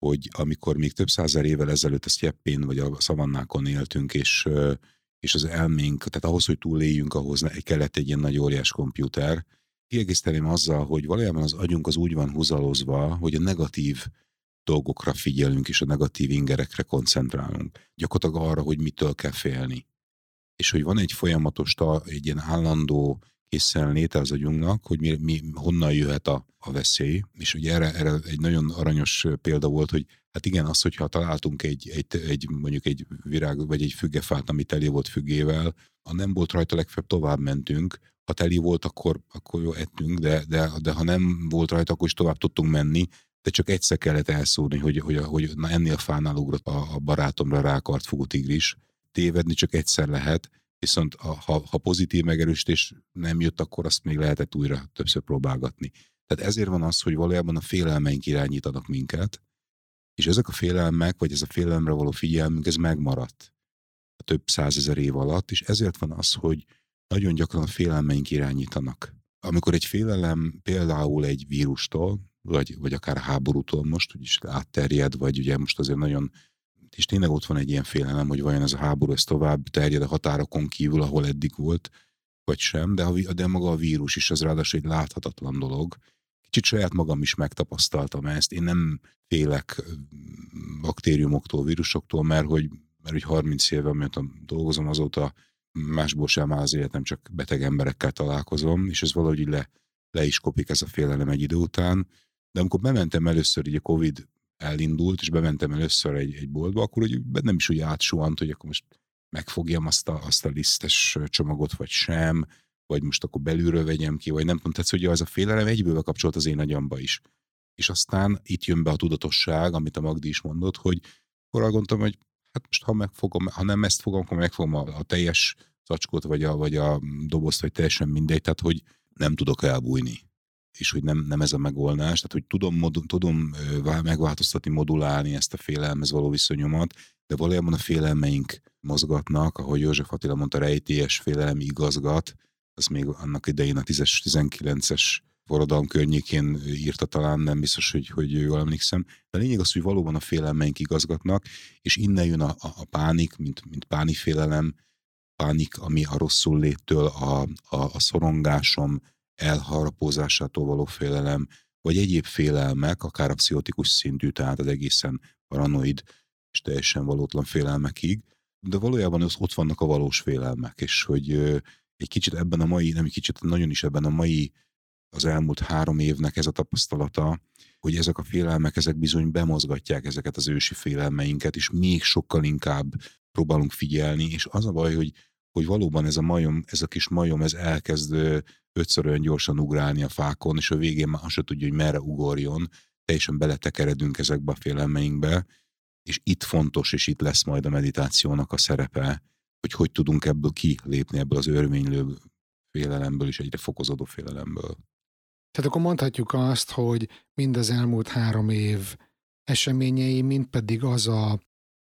hogy amikor még több százer évvel ezelőtt a sztyeppén vagy a szavannákon éltünk, és, és az elménk, tehát ahhoz, hogy túléljünk, ahhoz kellett egy ilyen nagy óriás kompjúter. Kiegészíteném azzal, hogy valójában az agyunk az úgy van húzalozva, hogy a negatív dolgokra figyelünk, és a negatív ingerekre koncentrálunk. Gyakorlatilag arra, hogy mitől kell félni. És hogy van egy folyamatos, egy ilyen állandó készenléte az agyunknak, hogy mi, mi, honnan jöhet a, a veszély. És ugye erre, erre egy nagyon aranyos példa volt, hogy hát igen, az, hogyha találtunk egy, egy, egy mondjuk egy virág, vagy egy fügefát, ami teli volt függével, ha nem volt rajta, legfeljebb tovább mentünk. Ha teli volt, akkor, akkor jó, ettünk, de, de, de ha nem volt rajta, akkor is tovább tudtunk menni, de csak egyszer kellett elszúrni, hogy, hogy, hogy na ennél a fánál ugrott a, a barátomra rákart fogó tigris. Tévedni csak egyszer lehet, viszont ha, ha pozitív megerősítés nem jött, akkor azt még lehetett újra többször próbálgatni. Tehát ezért van az, hogy valójában a félelmeink irányítanak minket, és ezek a félelmek, vagy ez a félelemre való figyelmünk, ez megmaradt a több százezer év alatt, és ezért van az, hogy nagyon gyakran a félelmeink irányítanak. Amikor egy félelem például egy vírustól, vagy, vagy akár háborútól most, úgyis átterjed, vagy ugye most azért nagyon, és tényleg ott van egy ilyen félelem, hogy vajon ez a háború ez tovább terjed a határokon kívül, ahol eddig volt, vagy sem, de, a, de maga a vírus is az ráadásul egy láthatatlan dolog. Kicsit saját magam is megtapasztaltam ezt. Én nem félek baktériumoktól, vírusoktól, mert hogy, mert hogy harminc éve, mióta dolgozom, azóta másból sem áll az életem, csak beteg emberekkel találkozom, és ez valahogy le, le is kopik ez a félelem egy idő után. De amikor bementem először, így a Covid elindult, és bementem először egy, egy boltba, akkor úgy bennem is úgy átsuhant, hogy akkor most megfogjam azt a, azt a lisztes csomagot, vagy sem, vagy most akkor belülről vegyem ki, vagy nem tudom, tehát hogy az a félelem egyből kapcsolt az én agyamba is. És aztán itt jön be a tudatosság, amit a Magdi is mondott, hogy akkor gondoltam, hogy hát most ha megfogom, ha nem ezt fogom, akkor megfogom a, a teljes zacskót, vagy a, vagy a dobozt, vagy teljesen mindegy, tehát hogy nem tudok elbújni. És hogy nem, nem ez a megoldás, tehát hogy tudom, mod, tudom megváltoztatni, modulálni ezt a félelmez való viszonyomat, de valójában a félelmeink mozgatnak, ahogy József Attila mondta, rejtélyes félelem igazgat, az még annak idején a tízes, tizenkilences forradalom környékén írta talán, nem biztos, hogy, hogy jól emlékszem. De a lényeg az, hogy valóban a félelmeink igazgatnak, és innen jön a, a, a pánik, mint, mint pánifélelem, pánik, ami a rosszul léttől, a, a, a szorongásom elharapózásától való félelem, vagy egyéb félelmek, akár a pszichotikus szintű, tehát az egészen paranoid és teljesen valótlan félelmekig, de valójában ott vannak a valós félelmek, és hogy egy kicsit ebben a mai, nem egy kicsit, nagyon is ebben a mai, az elmúlt három évnek ez a tapasztalata, hogy ezek a félelmek, ezek bizony bemozgatják ezeket az ősi félelmeinket, és még sokkal inkább próbálunk figyelni, és az a baj, hogy, hogy valóban ez a majom, ez a kis majom, ez elkezd ötször olyan gyorsan ugrálni a fákon, és a végén már azt se tudja, hogy merre ugorjon, teljesen beletekeredünk ezekbe a félelmeinkbe, és itt fontos, és itt lesz majd a meditációnak a szerepe, hogy hogy tudunk ebből kilépni, ebből az örvénylő félelemből és egyre fokozódó félelemből. Tehát akkor mondhatjuk azt, hogy mind az elmúlt három év eseményei, mind pedig az a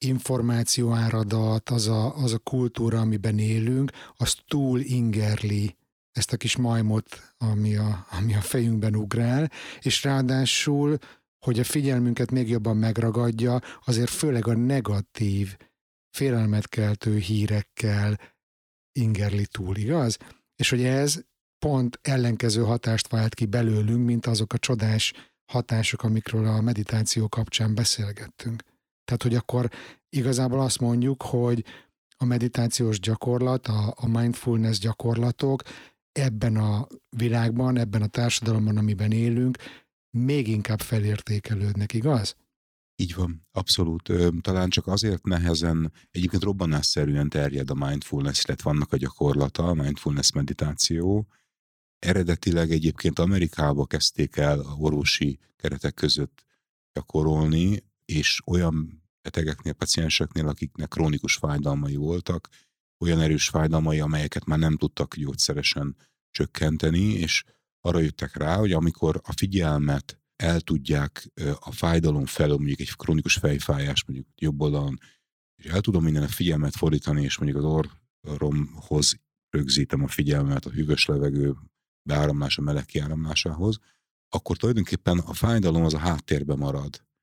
információáradat, az a, az a kultúra, amiben élünk, az túl ingerli ezt a kis majmot, ami a, ami a fejünkben ugrál, és ráadásul, hogy a figyelmünket még jobban megragadja, azért főleg a negatív, félelmet keltő hírekkel ingerli túl, igaz? És hogy ez pont ellenkező hatást vált ki belőlünk, mint azok a csodás hatások, amikről a meditáció kapcsán beszélgettünk. Tehát, hogy akkor igazából azt mondjuk, hogy a meditációs gyakorlat, a, a mindfulness gyakorlatok ebben a világban, ebben a társadalomban, amiben élünk, még inkább felértékelődnek, igaz? Így van, abszolút. Talán csak azért nehezen, egyébként robbanásszerűen terjed a mindfulness, illetve vannak a gyakorlata, a mindfulness meditáció. Eredetileg egyébként Amerikába kezdték el a orvosi keretek között gyakorolni, és olyan betegeknél, pacienseknél, akiknek krónikus fájdalmai voltak, olyan erős fájdalmai, amelyeket már nem tudtak gyógyszeresen csökkenteni, és arra jöttek rá, hogy amikor a figyelmet el tudják a fájdalom felől, mondjuk egy krónikus fejfájás, mondjuk jobb oldalon, és el tudom minden a figyelmet fordítani, és mondjuk az orromhoz rögzítem a figyelmet, a hűvös levegő beáramlása, meleg kiáramlásához, akkor tulajdonképpen a fájdalom az a háttérbe marad.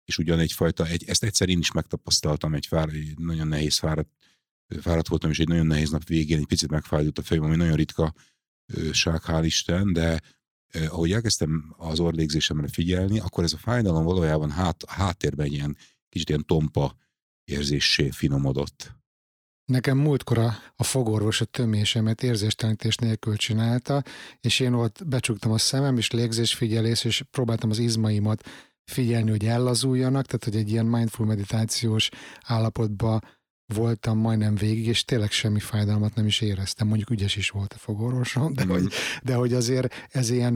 és ugyan egyfajta, egy, ezt egyszer én is megtapasztaltam, egy, fár, egy nagyon nehéz fáradt, fáradt voltam, és egy nagyon nehéz nap végén egy picit megfájdult a fejem, ami nagyon ritka ság, hál' Isten, de eh, ahogy elkezdtem az orrlégzésemre figyelni, akkor ez a fájdalom valójában hát, háttérben egy ilyen kicsit ilyen tompa érzéssé finomodott. Nekem múltkor a, a fogorvos a tömésemet érzéstelenítés nélkül csinálta, és én ott becsuktam a szemem, és légzésfigyelés, és próbáltam az izmaimat figyelni, hogy ellazuljanak, tehát hogy egy ilyen mindful meditációs állapotban voltam majdnem végig, és tényleg semmi fájdalmat nem is éreztem. Mondjuk ügyes is volt a fogorvosom, de, mm. hogy, de hogy azért ez ilyen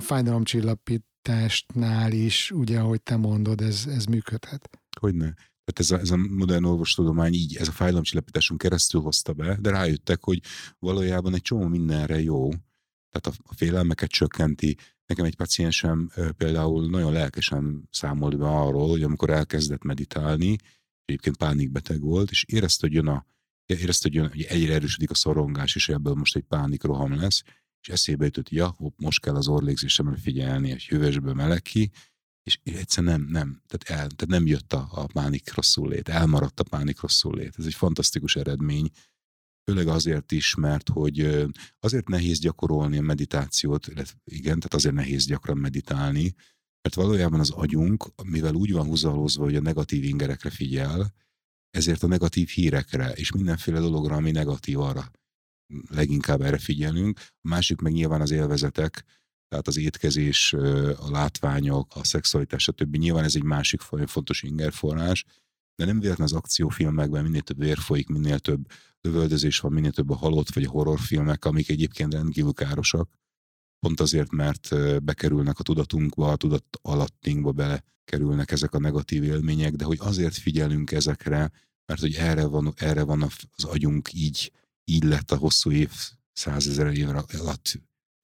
fájdalomcsillapításnál is, ugye, ahogy te mondod, ez, ez működhet. Hogyne. Tehát ez a, ez a modern orvostudomány így, ez a fájdalomcsillapításon keresztül hozta be, de rájöttek, hogy valójában egy csomó mindenre jó. Tehát a, a félelmeket csökkenti. Nekem egy paciensem például nagyon lelkesen számolt be arról, hogy amikor elkezdett meditálni, egyébként pánikbeteg volt, és érezte, hogy jön a, érezte, hogy, jön, hogy egyre erősödik a szorongás, és ebből most egy pánikroham lesz, és eszébe jutott, hogy ja, hopp, most kell az orrlégzésemre figyelni, egy hűvösből meleg ki, és egyszer nem, nem, tehát, el, tehát nem jött a, a pánik rosszul lét, elmaradt a pánik rosszul lét. Ez egy fantasztikus eredmény, főleg azért is, mert hogy azért nehéz gyakorolni a meditációt, igen, tehát azért nehéz gyakran meditálni, mert valójában az agyunk, mivel úgy van húzalozva, hogy a negatív ingerekre figyel, ezért a negatív hírekre és mindenféle dologra, ami negatív, arra leginkább erre figyelünk. A másik meg nyilván az élvezetek, tehát az étkezés, a látványok, a szexualitás, stb. Nyilván ez egy másik fontos ingerforrás, de nem véletlen az akciófilmekben minél több vér folyik, minél több lövöldözés van, minél több a halott vagy a horrorfilmek, amik egyébként rendkívül károsak, pont azért, mert bekerülnek a tudatunkba, a tudat alattinkba belekerülnek ezek a negatív élmények, de hogy azért figyelünk ezekre, mert hogy erre van, erre van az agyunk így, így lett a hosszú év, százezer év alatt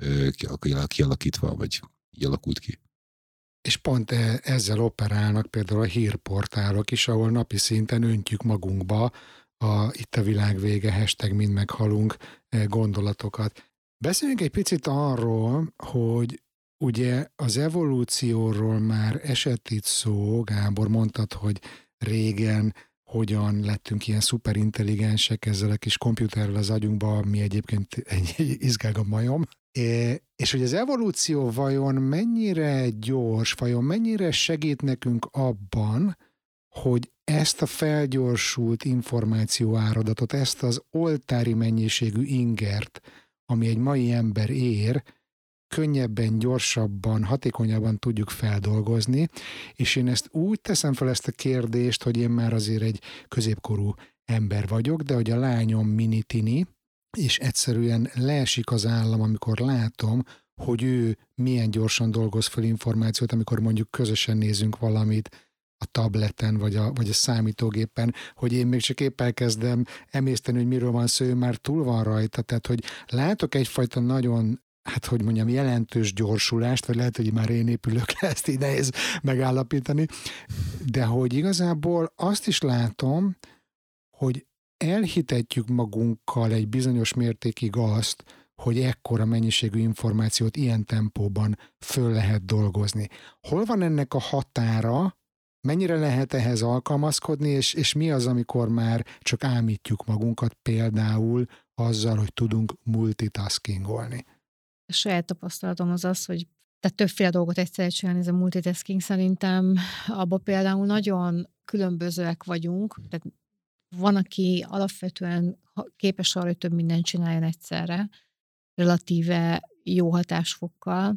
kialakítva, vagy így alakult ki. És pont ezzel operálnak például a hírportálok is, ahol napi szinten öntjük magunkba a itt a világ vége, hashtag mind meghalunk gondolatokat. Beszéljünk egy picit arról, hogy ugye az evolúcióról már esett itt szó, Gábor, mondtad, hogy régen hogyan lettünk ilyen szuperintelligensek ezzel a kis komputerrel az agyunkba, mi egyébként egy izgága majom. É, és hogy az evolúció vajon mennyire gyors, vajon mennyire segít nekünk abban, hogy ezt a felgyorsult információáradatot, ezt az oltári mennyiségű ingert, ami egy mai ember ér, könnyebben, gyorsabban, hatékonyabban tudjuk feldolgozni, és én ezt úgy teszem fel ezt a kérdést, hogy én már azért egy középkorú ember vagyok, de hogy a lányom mini-tini, és egyszerűen leesik az állam, amikor látom, hogy ő milyen gyorsan dolgoz fel információt, amikor mondjuk közösen nézünk valamit a tableten, vagy a, vagy a számítógépen, hogy én még csak épp elkezdem emészteni, hogy miről van szó, ő már túl van rajta, tehát hogy látok egyfajta nagyon, hát hogy mondjam, jelentős gyorsulást, vagy lehet, hogy már én épülök le, ezt így nehéz megállapítani, de hogy igazából azt is látom, hogy elhitetjük magunkkal egy bizonyos mértékig azt, hogy ekkora mennyiségű információt ilyen tempóban föl lehet dolgozni. Hol van ennek a határa, mennyire lehet ehhez alkalmazkodni, és, és mi az, amikor már csak ámítjuk magunkat például azzal, hogy tudunk multitaskingolni? A saját tapasztalatom az az, hogy tehát többféle dolgot egyszerre csinálni, ez a multitasking szerintem, abban például nagyon különbözőek vagyunk, tehát van, aki alapvetően képes arra, hogy több mindent csináljon egyszerre, relatíve jó hatásfokkal,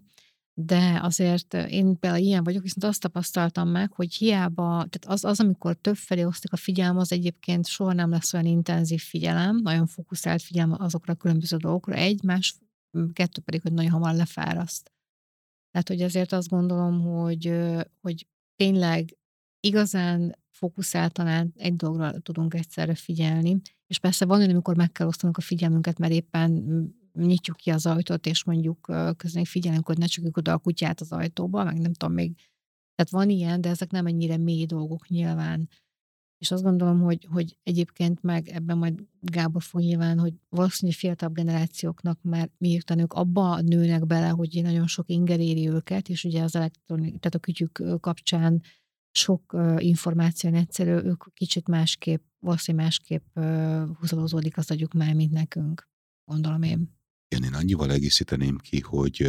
de azért én például ilyen vagyok, viszont azt tapasztaltam meg, hogy hiába, tehát az, az amikor többfelé osztik a figyelem, az egyébként soha nem lesz olyan intenzív figyelem, nagyon fókuszált figyelem azokra a különböző dolgokra, egy, más, kettő pedig, hogy nagyon hamar lefáraszt. Tehát, hogy azért azt gondolom, hogy, hogy tényleg igazán fókuszáltan egy dologra tudunk egyszerre figyelni, és persze van olyan, amikor meg kell osztanunk a figyelmünket, mert éppen nyitjuk ki az ajtót, és mondjuk közben figyelünk, hogy ne csukjuk oda a kutyát az ajtóba, meg nem tudom még. Tehát van ilyen, de ezek nem ennyire mély dolgok nyilván. És azt gondolom, hogy, hogy egyébként meg ebben majd Gábor fog nyilván, hogy valószínűleg fiatalabb generációknak már miután ők abba nőnek bele, hogy nagyon sok inger éri őket, és ugye az elektronik, tehát a kütyük kapcsán sok uh, információ egyszerű, ők kicsit másképp, valószínűleg másképp uh, húzalozódik az agyuk már, mint nekünk, gondolom én. Én, én annyival egészíteném ki, hogy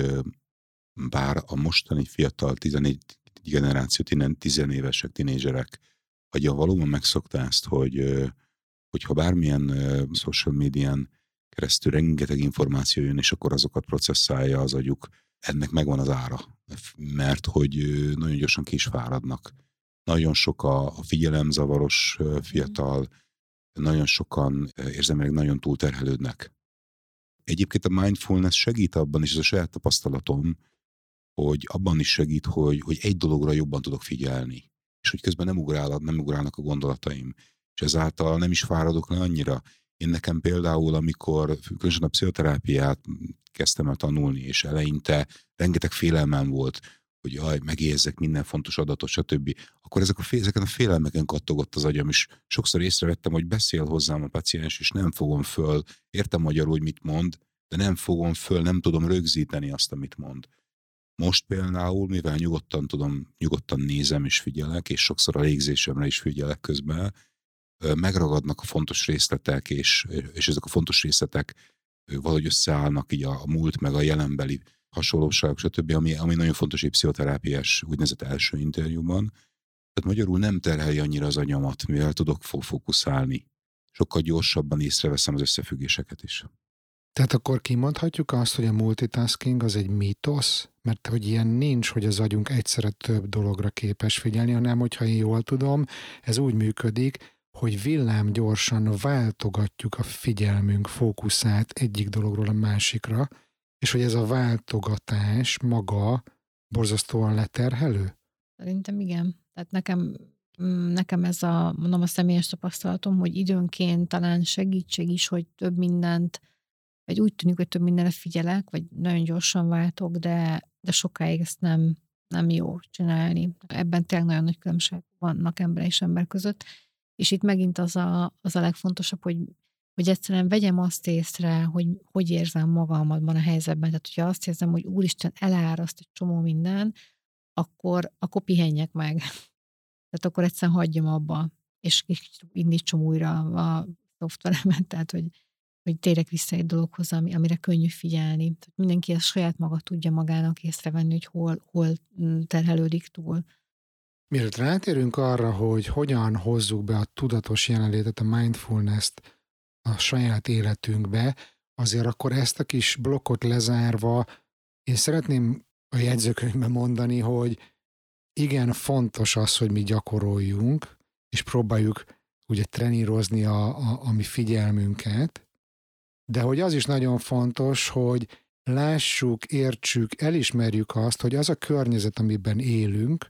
bár a mostani fiatal tizenegy generáció, tizenévesek, tinédzserek agya valóban megszokta ezt, hogy hogyha bármilyen social médián keresztül rengeteg információ jön, és akkor azokat processzálja az agyuk, ennek megvan az ára, mert hogy nagyon gyorsan ki is fáradnak. Nagyon sok a, a figyelemzavaros fiatal, nagyon sokan érzelmileg nagyon túlterhelődnek. Egyébként a mindfulness segít abban, és ez a saját tapasztalatom, hogy abban is segít, hogy, hogy egy dologra jobban tudok figyelni, és hogy közben nem, ugrál, nem ugrálnak a gondolataim, és ezáltal nem is fáradok le annyira. Én nekem például, amikor különösen a pszichoterápiát kezdtem el tanulni, és eleinte rengeteg félelmem volt, hogy jaj, megérzek minden fontos adatot, stb. Akkor ezek a fél, ezeken a félelmeken kattogott az agyam, és sokszor észrevettem, hogy beszél hozzám a paciens, és nem fogom föl, értem magyarul, hogy mit mond, de nem fogom föl, nem tudom rögzíteni azt, amit mond. Most például, mivel nyugodtan tudom, nyugodtan nézem és figyelek, és sokszor a légzésemre is figyelek közben, megragadnak a fontos részletek, és, és ezek a fontos részletek valahogy összeállnak így a, a múlt, meg a jelenbeli hasonlóságok, stb., ami, ami nagyon fontos egy pszichoterápiás úgynevezett első interjúban. Tehát magyarul nem terhelje annyira az agyamat, mivel tudok fókuszálni. Sokkal gyorsabban észreveszem az összefüggéseket is. Tehát akkor kimondhatjuk azt, hogy a multitasking az egy mítosz? Mert hogy ilyen nincs, hogy az agyunk egyszerre több dologra képes figyelni, hanem hogyha én jól tudom, ez úgy működik, hogy villámgyorsan váltogatjuk a figyelmünk fókuszát egyik dologról a másikra, és hogy ez a váltogatás maga borzasztóan leterhelő? Szerintem igen. Tehát nekem, nekem ez a, mondom, a személyes tapasztalatom, hogy időnként talán segítség is, hogy több mindent, vagy úgy tűnik, hogy több mindenre figyelek, vagy nagyon gyorsan váltok, de, de sokáig ezt nem, nem jó csinálni. Ebben tényleg nagyon nagy különbség vannak ember és ember között. És itt megint az a, az a legfontosabb, hogy, hogy egyszerűen vegyem azt észre, hogy hogy érzem magamadban a helyzetben. Tehát, hogyha azt érzem, hogy úristen, eláraszt egy csomó minden, akkor, akkor pihenjek meg. Tehát akkor egyszerűen hagyjam abba, és kicsit indítsam újra a szoftveremet, tehát, hogy, hogy térek vissza egy dologhoz, ami, amire könnyű figyelni. Tehát mindenki ezt saját maga tudja magának észrevenni, hogy hol, hol terhelődik túl. Mielőtt rátérünk arra, hogy hogyan hozzuk be a tudatos jelenlétet, a mindfulness-t a saját életünkbe, azért akkor ezt a kis blokkot lezárva, én szeretném a jegyzőkönyvben mondani, hogy igen, fontos az, hogy mi gyakoroljunk, és próbáljuk ugye trenírozni a, a, a mi figyelmünket, de hogy az is nagyon fontos, hogy lássuk, értsük, elismerjük azt, hogy az a környezet, amiben élünk,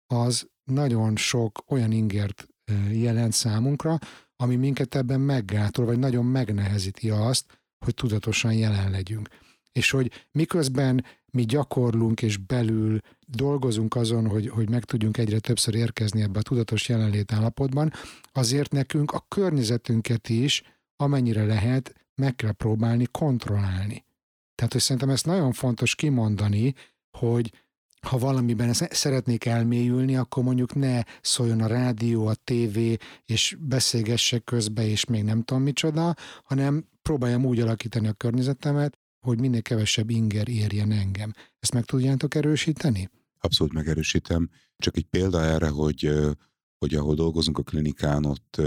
az nagyon sok olyan ingert jelent számunkra, ami minket ebben meggátol, vagy nagyon megnehezíti azt, hogy tudatosan jelen legyünk. És hogy miközben mi gyakorlunk és belül dolgozunk azon, hogy, hogy meg tudjunk egyre többször érkezni ebbe a tudatos jelenlét állapotban, azért nekünk a környezetünket is, amennyire lehet, meg kell próbálni kontrollálni. Tehát, hogy szerintem ezt nagyon fontos kimondani, hogy ha valamiben szeretnék elmélyülni, akkor mondjuk ne szóljon a rádió, a tévé, és beszélgessek közbe, és még nem tudom micsoda, hanem próbáljam úgy alakítani a környezetemet, hogy minél kevesebb inger érjen engem. Ezt meg tudjátok erősíteni? Abszolút megerősítem. Csak egy példa erre, hogy, hogy ahol dolgozunk a klinikán, ott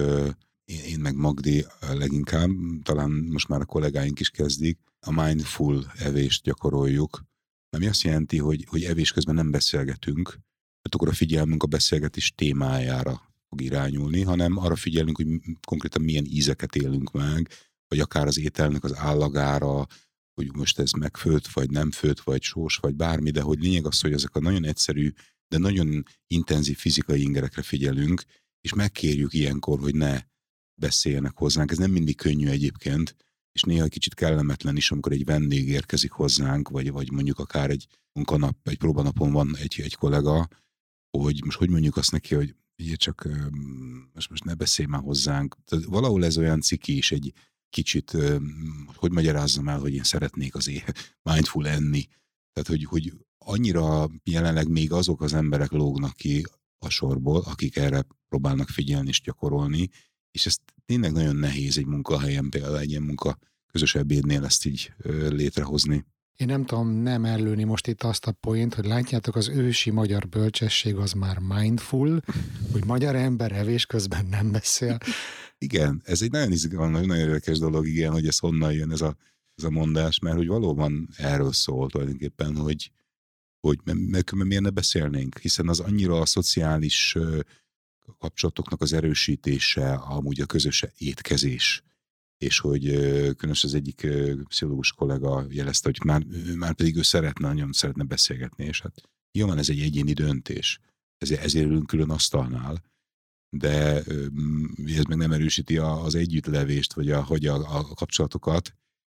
én meg Magdi leginkább, talán most már a kollégáink is kezdik, a mindful evést gyakoroljuk, ami azt jelenti, hogy, hogy evés közben nem beszélgetünk, mert akkor a figyelmünk a beszélgetés témájára fog irányulni, hanem arra figyelünk, hogy konkrétan milyen ízeket élünk meg, vagy akár az ételnek az állagára, hogy most ez megfőtt, vagy nem főtt, vagy sós, vagy bármi, de hogy lényeg az, hogy ezek a nagyon egyszerű, de nagyon intenzív fizikai ingerekre figyelünk, és megkérjük ilyenkor, hogy ne beszéljenek hozzánk. Ez nem mindig könnyű egyébként, és néha egy kicsit kellemetlen is, amikor egy vendég érkezik hozzánk, vagy, vagy mondjuk akár egy munkanap, egy próbanapon van egy, egy kollega, hogy most hogy mondjuk azt neki, hogy ugye csak most, most ne beszélj már hozzánk. Tehát valahol ez olyan ciki is egy kicsit, hogy magyarázzam el, hogy én szeretnék azért mindful enni. Tehát, hogy, hogy annyira jelenleg még azok az emberek lógnak ki, a sorból, akik erre próbálnak figyelni és gyakorolni, és ez tényleg nagyon nehéz egy munkahelyen, például egy ilyen munka közös ebédnél ezt így ö, létrehozni. Én nem tudom nem ellőni most itt azt a point, hogy látjátok, az ősi magyar bölcsesség az már mindful, hogy magyar ember evés közben nem beszél. Igen, ez egy nagyon izgalmas, nagyon érdekes dolog, igen, hogy ez honnan jön ez a, ez a mondás, mert hogy valóban erről szól tulajdonképpen, hogy, hogy mert miért ne beszélnénk, hiszen az annyira a szociális kapcsolatoknak az erősítése, amúgy a közös étkezés, és hogy különösen az egyik pszichológus kollega jelezte, hogy már, már pedig ő szeretne, nagyon szeretne beszélgetni, és hát jó van, ez egy egyéni döntés, ezért, ezért ülünk külön asztalnál, de ez meg nem erősíti az együttlevést, vagy a, hogy a, a kapcsolatokat.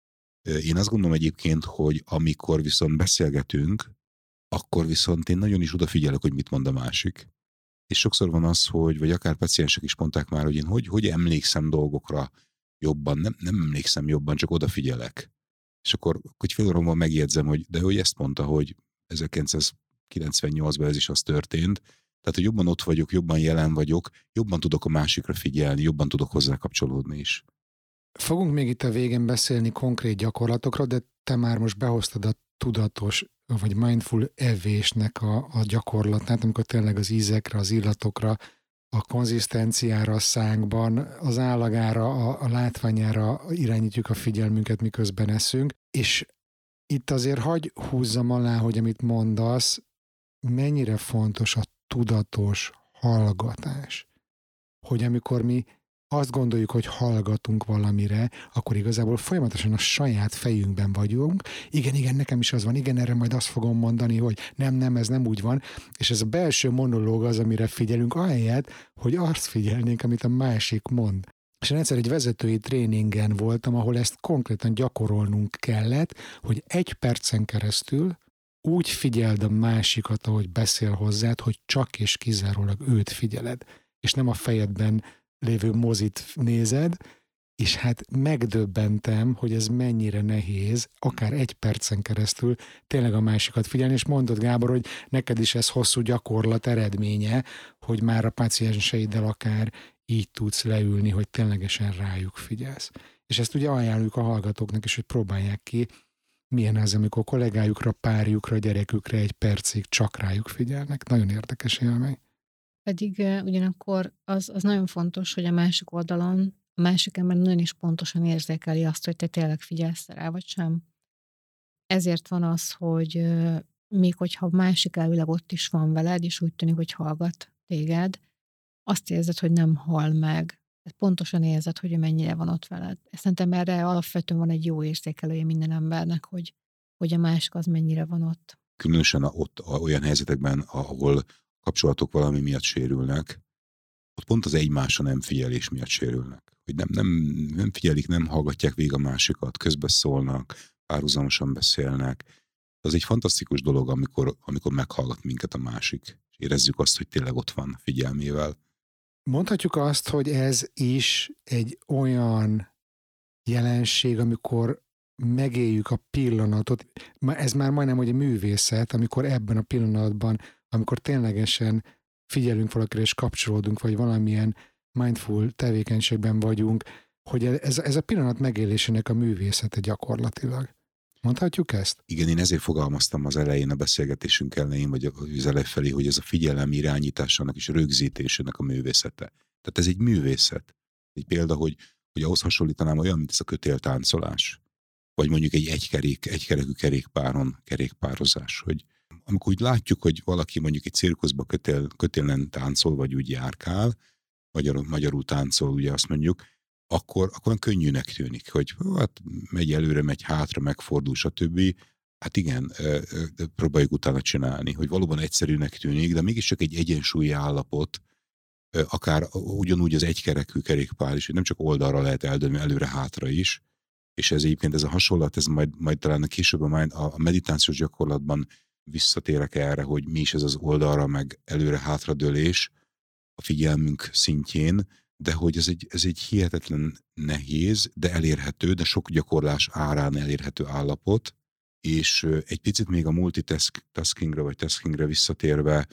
Én azt gondolom egyébként, hogy amikor viszont beszélgetünk, akkor viszont én nagyon is odafigyelek, hogy mit mond a másik. És sokszor van az, hogy, vagy akár paciensek is mondták már, hogy én hogy, hogy emlékszem dolgokra jobban, nem, nem emlékszem jobban, csak odafigyelek. És akkor, hogy fél óra megjegyzem, hogy de hogy ezt mondta, hogy ezerkilencszázkilencvennyolcban ez is az történt, tehát, hogy jobban ott vagyok, jobban jelen vagyok, jobban tudok a másikra figyelni, jobban tudok hozzá kapcsolódni is. Fogunk még itt a végén beszélni konkrét gyakorlatokra, de te már most behoztad a tudatos vagy mindful evésnek a, a gyakorlatát, amikor tényleg az ízekre, az illatokra, a konzisztenciára a szánkban, az állagára, a, a látványára irányítjuk a figyelmünket, miközben eszünk, és itt azért hagy húzzam alá, hogy amit mondasz, mennyire fontos a tudatos hallgatás. Hogy amikor mi azt gondoljuk, hogy hallgatunk valamire, akkor igazából folyamatosan a saját fejünkben vagyunk. Igen, igen, nekem is az van, igen, erre majd azt fogom mondani, hogy nem, nem, ez nem úgy van. És ez a belső monológ az, amire figyelünk, ahelyett, hogy azt figyelnénk, amit a másik mond. És én egyszer egy vezetői tréningen voltam, ahol ezt konkrétan gyakorolnunk kellett, hogy egy percen keresztül úgy figyeld a másikat, ahogy beszél hozzád, hogy csak és kizárólag őt figyeled, és nem a fejedben lévő mozit nézed, és hát megdöbbentem, hogy ez mennyire nehéz, akár egy percen keresztül tényleg a másikat figyelni, és mondod, Gábor, hogy neked is ez hosszú gyakorlat eredménye, hogy már a pácienseiddel akár így tudsz leülni, hogy ténylegesen rájuk figyelsz. És ezt ugye ajánljuk a hallgatóknak is, hogy próbálják ki, milyen az, amikor kollégájukra, párjukra, gyerekükre egy percig csak rájuk figyelnek. Nagyon érdekes élmény. Pedig uh, ugyanakkor az, az nagyon fontos, hogy a másik oldalon a másik ember nagyon is pontosan érzékeli azt, hogy te tényleg figyelsz rá, vagy sem. Ezért van az, hogy uh, még hogyha a másik elvileg ott is van veled, és úgy tűnik, hogy hallgat téged, azt érzed, hogy nem hall meg. Tehát pontosan érzed, hogy mennyire van ott veled. Szerintem erre alapvetően van egy jó érzékelője minden embernek, hogy, hogy a másik az mennyire van ott. Különösen ott olyan helyzetekben, ahol kapcsolatok valami miatt sérülnek, ott pont az egymásra nem figyelés miatt sérülnek. Hogy nem, nem, nem figyelik, nem hallgatják végig a másikat, közbeszólnak, párhuzamosan beszélnek. Az egy fantasztikus dolog, amikor, amikor meghallgat minket a másik, és érezzük azt, hogy tényleg ott van figyelmével. Mondhatjuk azt, hogy ez is egy olyan jelenség, amikor megéljük a pillanatot. Ez már majdnem, hogy egy művészet, amikor ebben a pillanatban, amikor ténylegesen figyelünk valakire és kapcsolódunk, vagy valamilyen mindful tevékenységben vagyunk, hogy ez, ez a pillanat megélésének a művészete gyakorlatilag. Mondhatjuk ezt? Igen, én ezért fogalmaztam az elején, a beszélgetésünk elején, vagy az elej felé, hogy ez a figyelem irányításának és rögzítésének a művészete. Tehát ez egy művészet. Egy példa, hogy, hogy ahhoz hasonlítanám olyan, mint ez a kötéltáncolás. Vagy mondjuk egy egykerék, egykerekű kerékpáron kerékpározás. Hogy amikor úgy látjuk, hogy valaki mondjuk egy cirkuszba kötél, kötélen táncol, vagy úgy járkál, magyar, magyarul táncol, ugye azt mondjuk, akkor, akkor könnyűnek tűnik, hogy hát megy előre, megy hátra, megfordul, stb. Hát igen, próbáljuk utána csinálni, hogy valóban egyszerűnek tűnik, de mégiscsak egy egyensúlyi állapot, akár ugyanúgy az egykerekű kerékpár is, hogy nem csak oldalra lehet eldönni, előre-hátra is, és ez egyébként ez a hasonlat, ez majd, majd talán a később a meditációs gyakorlatban visszatérek erre, hogy mi is ez az oldalra, meg előre-hátra dőlés a figyelmünk szintjén, de hogy ez egy, ez egy hihetetlen nehéz, de elérhető, de sok gyakorlás árán elérhető állapot, és egy picit még a multitaskingre vagy taskingre visszatérve,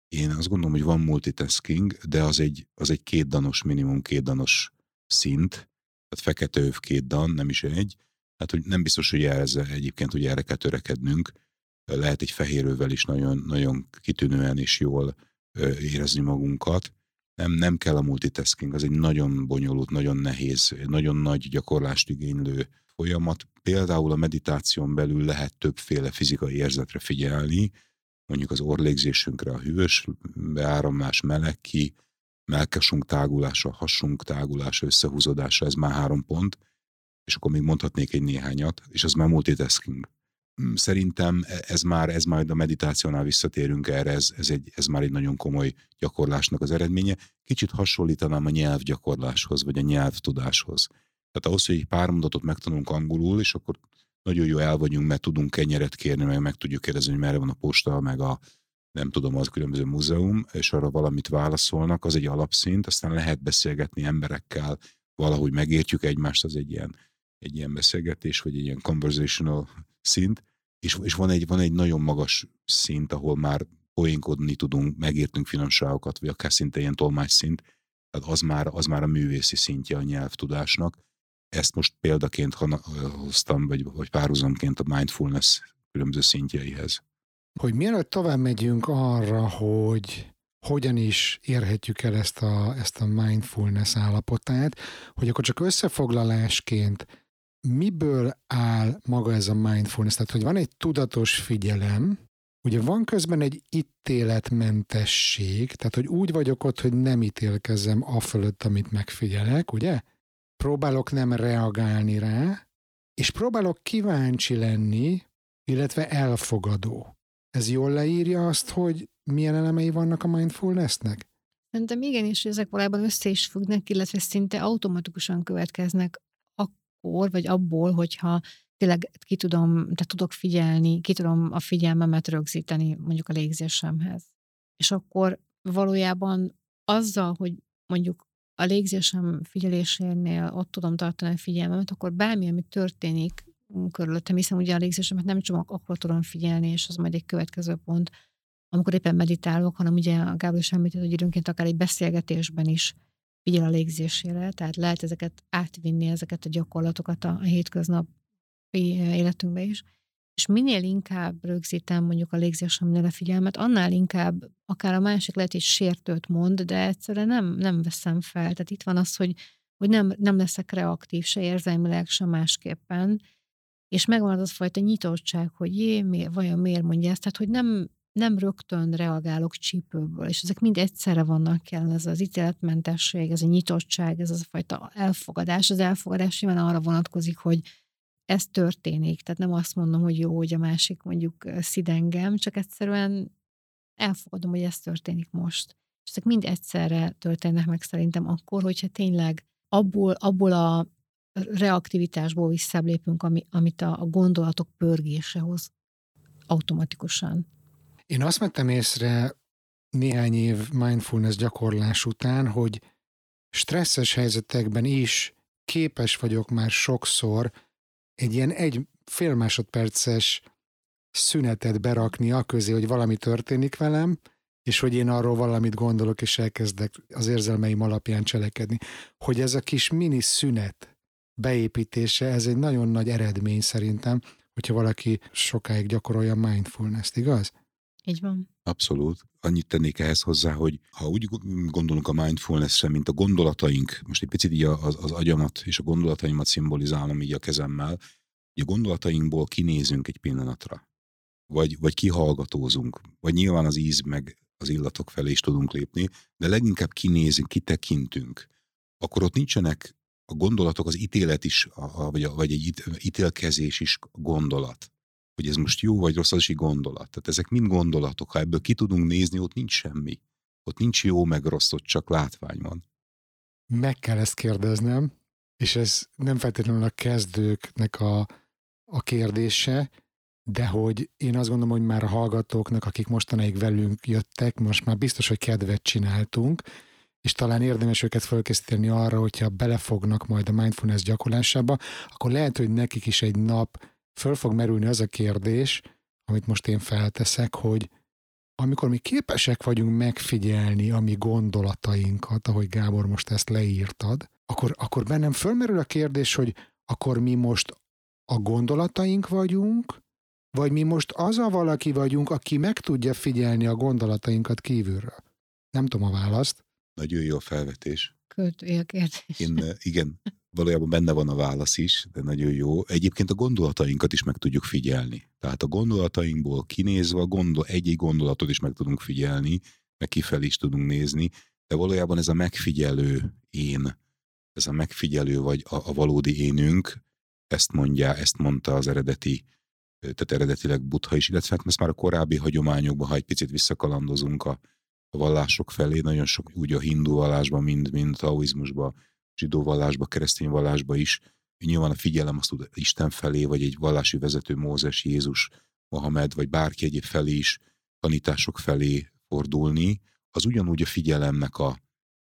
Én azt gondolom, hogy van multitasking, de az egy, az egy kétdanos, minimum kétdanos szint, tehát fekete öv két dan, nem is egy. Hát, hogy nem biztos, hogy ez egyébként ugye erre kell törekednünk. Lehet egy fehérővel is nagyon, nagyon kitűnően és jól érezni magunkat. Nem, nem kell a multitasking, az egy nagyon bonyolult, nagyon nehéz, nagyon nagy gyakorlást igénylő folyamat. Például a meditáción belül lehet többféle fizikai érzetre figyelni, mondjuk az orrlégzésünkre, a hűvös beáramlás, meleg ki, mellkasunk tágulása, hasunk tágulása, összehúzódása, ez már három pont, és akkor még mondhatnék egy néhányat, és az már multitasking. Szerintem ez már, ez majd a meditációnál visszatérünk erre, ez, ez, egy, ez már egy nagyon komoly gyakorlásnak az eredménye. Kicsit hasonlítanám a nyelvgyakorláshoz, vagy a nyelvtudáshoz. Tehát ahhoz, hogy egy pár mondatot megtanulunk angolul, és akkor nagyon jó el vagyunk, mert tudunk kenyeret kérni, meg meg tudjuk kérdezni, hogy merre van a posta, meg a nem tudom, az különböző múzeum, és arra valamit válaszolnak, az egy alapszint, aztán lehet beszélgetni emberekkel, valahogy megértjük egymást, az egy ilyen, egy ilyen beszélgetés, vagy egy ilyen conversational szint, és, és van, egy, van egy nagyon magas szint, ahol már poénkodni tudunk, megértünk finomságokat, vagy akár szinte ilyen tolmács szint, tehát az már, az már a művészi szintje a nyelvtudásnak. Ezt most példaként hoztam, vagy, vagy párhuzamként a mindfulness különböző szintjeihez. Hogy mielőtt tovább megyünk arra, hogy hogyan is érhetjük el ezt a, ezt a mindfulness állapotát, hogy akkor csak összefoglalásként miből áll maga ez a mindfulness? Tehát, hogy van egy tudatos figyelem, ugye van közben egy ítéletmentesség, tehát, hogy úgy vagyok ott, hogy nem ítélkezem afölött, amit megfigyelek, ugye? Próbálok nem reagálni rá, és próbálok kíváncsi lenni, illetve elfogadó. Ez jól leírja azt, hogy milyen elemei vannak a mindfulnessnek? Szerintem igenis, hogy ezek valójában össze is függnek, illetve szinte automatikusan következnek akkor, vagy abból, hogyha tényleg ki tudom, tehát tudok figyelni, ki tudom a figyelmemet rögzíteni mondjuk a légzésemhez. És akkor valójában azzal, hogy mondjuk a légzésem figyelésénél ott tudom tartani a figyelmemet, akkor bármi, ami történik körülöttem, hiszen ugye a légzésemet nem csak akkor tudom figyelni, és az majd egy következő pont, amikor éppen meditálok, hanem ugye a Gábor is említett, hogy időnként akár egy beszélgetésben is figyel a légzésére, tehát lehet ezeket átvinni, ezeket a gyakorlatokat a hétköznapi életünkbe is. És minél inkább rögzítem mondjuk a légzésemnél a figyelmet, annál inkább akár a másik lehet egy sértőt mond, de egyszerűen nem, nem veszem fel. Tehát itt van az, hogy, hogy nem, nem leszek reaktív, se érzelmileg, se másképpen, és megvan az a fajta nyitottság, hogy jé, miért, vajon miért mondja ezt, tehát hogy nem, nem rögtön reagálok csípőből, és ezek mind egyszerre vannak jelen, ez az ítéletmentesség, ez a nyitottság, ez az a fajta elfogadás. Az elfogadás nyilván arra vonatkozik, hogy ez történik, tehát nem azt mondom, hogy jó, hogy a másik mondjuk szid engem, csak egyszerűen elfogadom, hogy ez történik most. És ezek mind egyszerre történnek meg szerintem akkor, hogyha tényleg abból, abból a reaktivitásból visszalépünk, ami, amit a, a gondolatok pörgése hoz automatikusan. Én azt vettem észre néhány év mindfulness gyakorlás után, hogy stresszes helyzetekben is képes vagyok már sokszor egy ilyen egy fél másodperces szünetet berakni a közé, hogy valami történik velem, és hogy én arról valamit gondolok, és elkezdek az érzelmeim alapján cselekedni. Hogy ez a kis mini szünet beépítése, ez egy nagyon nagy eredmény szerintem, hogyha valaki sokáig gyakorolja mindfulness-t, igaz? Így van. Abszolút. Annyit tennék ehhez hozzá, hogy ha úgy gondolunk a mindfulness-re, mint a gondolataink, most egy picit így az, az agyamat és a gondolataimat szimbolizálom így a kezemmel, hogy a gondolatainkból kinézünk egy pillanatra, vagy, vagy kihallgatózunk, vagy nyilván az íz meg az illatok felé is tudunk lépni, de leginkább kinézünk, kitekintünk. Akkor ott nincsenek a gondolatok, az ítélet is, a, vagy, a, vagy egy ítélkezés is gondolat. Hogy ez most jó vagy rossz, az is egy gondolat. Tehát ezek mind gondolatok. Ha ebből ki tudunk nézni, ott nincs semmi. Ott nincs jó meg rossz, ott csak látvány van. Meg kell ezt kérdeznem, és ez nem feltétlenül a kezdőknek a, a kérdése, de hogy én azt gondolom, hogy már a hallgatóknak, akik mostanáig velünk jöttek, most már biztos, hogy kedvet csináltunk, és talán érdemes őket felkészíteni arra, hogyha belefognak majd a mindfulness gyakorlásába, akkor lehet, hogy nekik is egy nap föl fog merülni az a kérdés, amit most én felteszek, hogy amikor mi képesek vagyunk megfigyelni a mi gondolatainkat, ahogy Gábor most ezt leírtad, akkor, akkor bennem fölmerül a kérdés, hogy akkor mi most a gondolataink vagyunk, vagy mi most az a valaki vagyunk, aki meg tudja figyelni a gondolatainkat kívülről. Nem tudom a választ. Nagyon jó felvetés. Költői a kérdés. Én, igen, valójában benne van a válasz is, de nagyon jó. Egyébként a gondolatainkat is meg tudjuk figyelni. Tehát a gondolatainkból kinézve gondol, egy-egy gondolatot is meg tudunk figyelni, meg kifelé is tudunk nézni, de valójában ez a megfigyelő én, ez a megfigyelő vagy a, a valódi énünk, ezt mondja, ezt mondta az eredeti, tehát eredetileg Buddha is, illetve hát most már a korábbi hagyományokban, ha egy picit visszakalandozunk a, a vallások felé, nagyon sok úgy a hindu vallásban, mind, mind taoizmusban, zsidó vallásban, keresztény vallásban is, nyilván a figyelem azt tud Isten felé, vagy egy vallási vezető, Mózes, Jézus, Mohamed, vagy bárki egyéb felé is tanítások felé fordulni, az ugyanúgy a figyelemnek a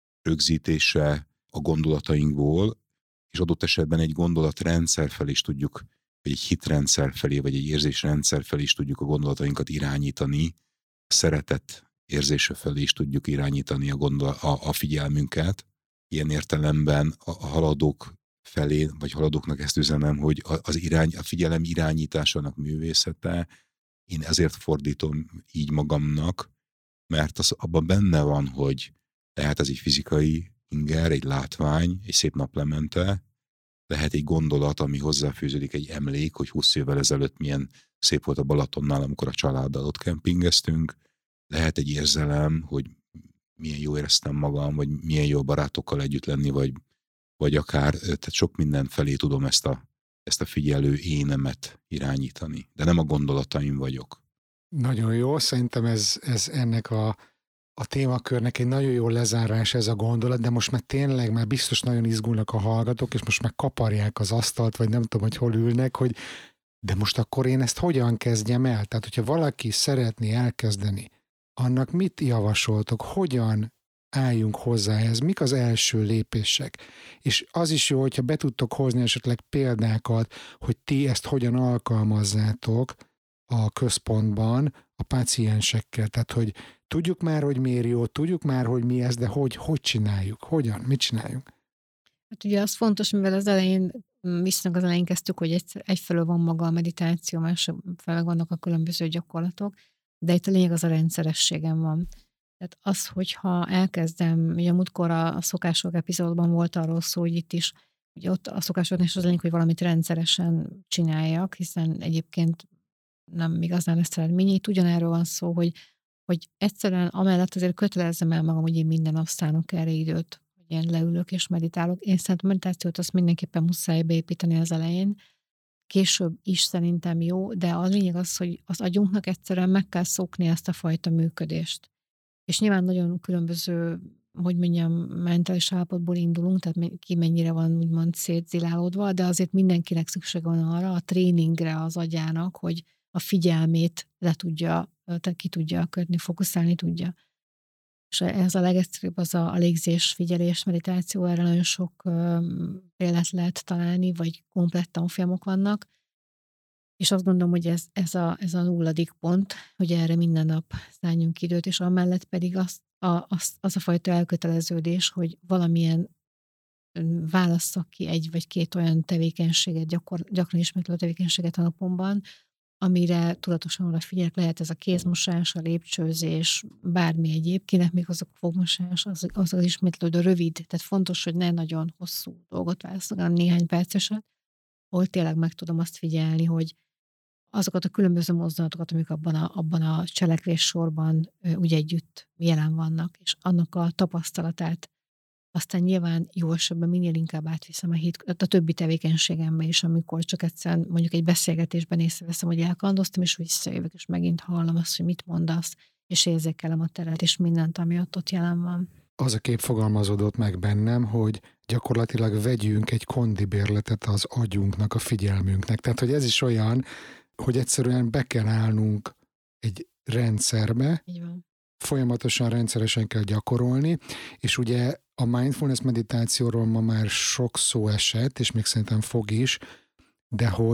rögzítése a gondolatainkból, és adott esetben egy gondolatrendszer felé is tudjuk, vagy egy hitrendszer felé, vagy egy érzésrendszer felé is tudjuk a gondolatainkat irányítani, a szeretet érzése felé is tudjuk irányítani a, gondol- a, a figyelmünket. Ilyen értelemben a, a haladók felé, vagy haladóknak ezt üzenem, hogy az irány, a figyelem irányításának művészete, én ezért fordítom így magamnak, mert az abban benne van, hogy lehet ez egy fizikai inger, egy látvány, egy szép naplemente, lehet egy gondolat, ami hozzáfűződik, egy emlék, hogy húsz évvel ezelőtt milyen szép volt a Balatonnál, amikor a családdal ott kempingeztünk, lehet egy érzelem, hogy milyen jó éreztem magam, vagy milyen jó barátokkal együtt lenni, vagy, vagy akár, tehát sok minden felé tudom ezt a, ezt a figyelő énemet irányítani, de nem a gondolataim vagyok. Nagyon jó, szerintem ez, ez ennek a, a témakörnek egy nagyon jó lezárás ez a gondolat, de most már tényleg már biztos nagyon izgulnak a hallgatók, és most már kaparják az asztalt, vagy nem tudom, hogy hol ülnek, hogy de most akkor én ezt hogyan kezdjem el? Tehát, hogyha valaki szeretné elkezdeni, annak mit javasoltok, hogyan álljunk hozzá ehhez, mik az első lépések? És az is jó, hogyha be tudtok hozni esetleg példákat, hogy ti ezt hogyan alkalmazzátok a központban a páciensekkel. Tehát, hogy tudjuk már, hogy miért jó, tudjuk már, hogy mi ez, de hogy, hogy csináljuk, hogyan, mit csináljunk? Hát ugye az fontos, mivel az elején, viszonylag az elején kezdtük, hogy egy, egyfelől van maga a meditáció, másfelől vannak a különböző gyakorlatok, de itt a lényeg az a rendszerességem van. Tehát az, hogyha elkezdem, ugye múltkor a, a szokások epizódban volt arról szó, hogy itt is, ugye ott a szokásoknak is az lényeg, hogy valamit rendszeresen csináljak, hiszen egyébként nem igazán lesz eredmény. Itt ugyanerről van szó, hogy, hogy egyszerűen amellett azért kötelezzem el magam, hogy én minden nap szánok erre időt, hogy én leülök és meditálok. Én szerintem a meditációt azt mindenképpen muszáj beépíteni az elején, később is szerintem jó, de a lényeg az, hogy az agyunknak egyszerűen meg kell szokni ezt a fajta működést. És nyilván nagyon különböző, hogy mondjam, mentális állapotból indulunk, tehát ki mennyire van úgymond szétzilálódva, de azért mindenkinek szükség van arra, a tréningre az agyának, hogy a figyelmét le tudja, tehát ki tudja kötni, fókuszálni tudja. És ez a legegyszerűbb az a, a légzés, figyelés, meditáció, erre nagyon sok um, példát lehet találni, vagy komplett tanfolyamok vannak, és azt gondolom, hogy ez, ez, a, ez a nulladik pont, hogy erre minden nap szálljunk időt, és amellett pedig az a, az, az a fajta elköteleződés, hogy valamilyen válasszak ki egy vagy két olyan tevékenységet, gyakor, gyakran ismétlő tevékenységet a napomban, amire tudatosan odafigyelek, lehet ez a kézmosás, a lépcsőzés, bármi egyéb, kinek még az a fogmosás, az az, az ismétlődő rövid, tehát fontos, hogy ne nagyon hosszú dolgot választok, hanem néhány perceset, ahol tényleg meg tudom azt figyelni, hogy azokat a különböző mozdulatokat, amik abban a, abban a cselekvés sorban úgy együtt jelen vannak, és annak a tapasztalatát aztán nyilván jó esetben minél inkább átviszem a, hét, a többi tevékenységembe is, amikor csak egyszerűen mondjuk egy beszélgetésben észreveszem, hogy elkandoztam, és visszajövök, és megint hallom azt, hogy mit mondasz, és érzékelem a teret, és mindent, ami ott, ott jelen van. Az a kép fogalmazódott meg bennem, hogy gyakorlatilag vegyünk egy kondibérletet az agyunknak, a figyelmünknek. Tehát, hogy ez is olyan, hogy egyszerűen be kell állnunk egy rendszerbe, Így van. Folyamatosan, rendszeresen kell gyakorolni, és ugye a mindfulness meditációról ma már sok szó esett, és még szerintem fog is, de hogy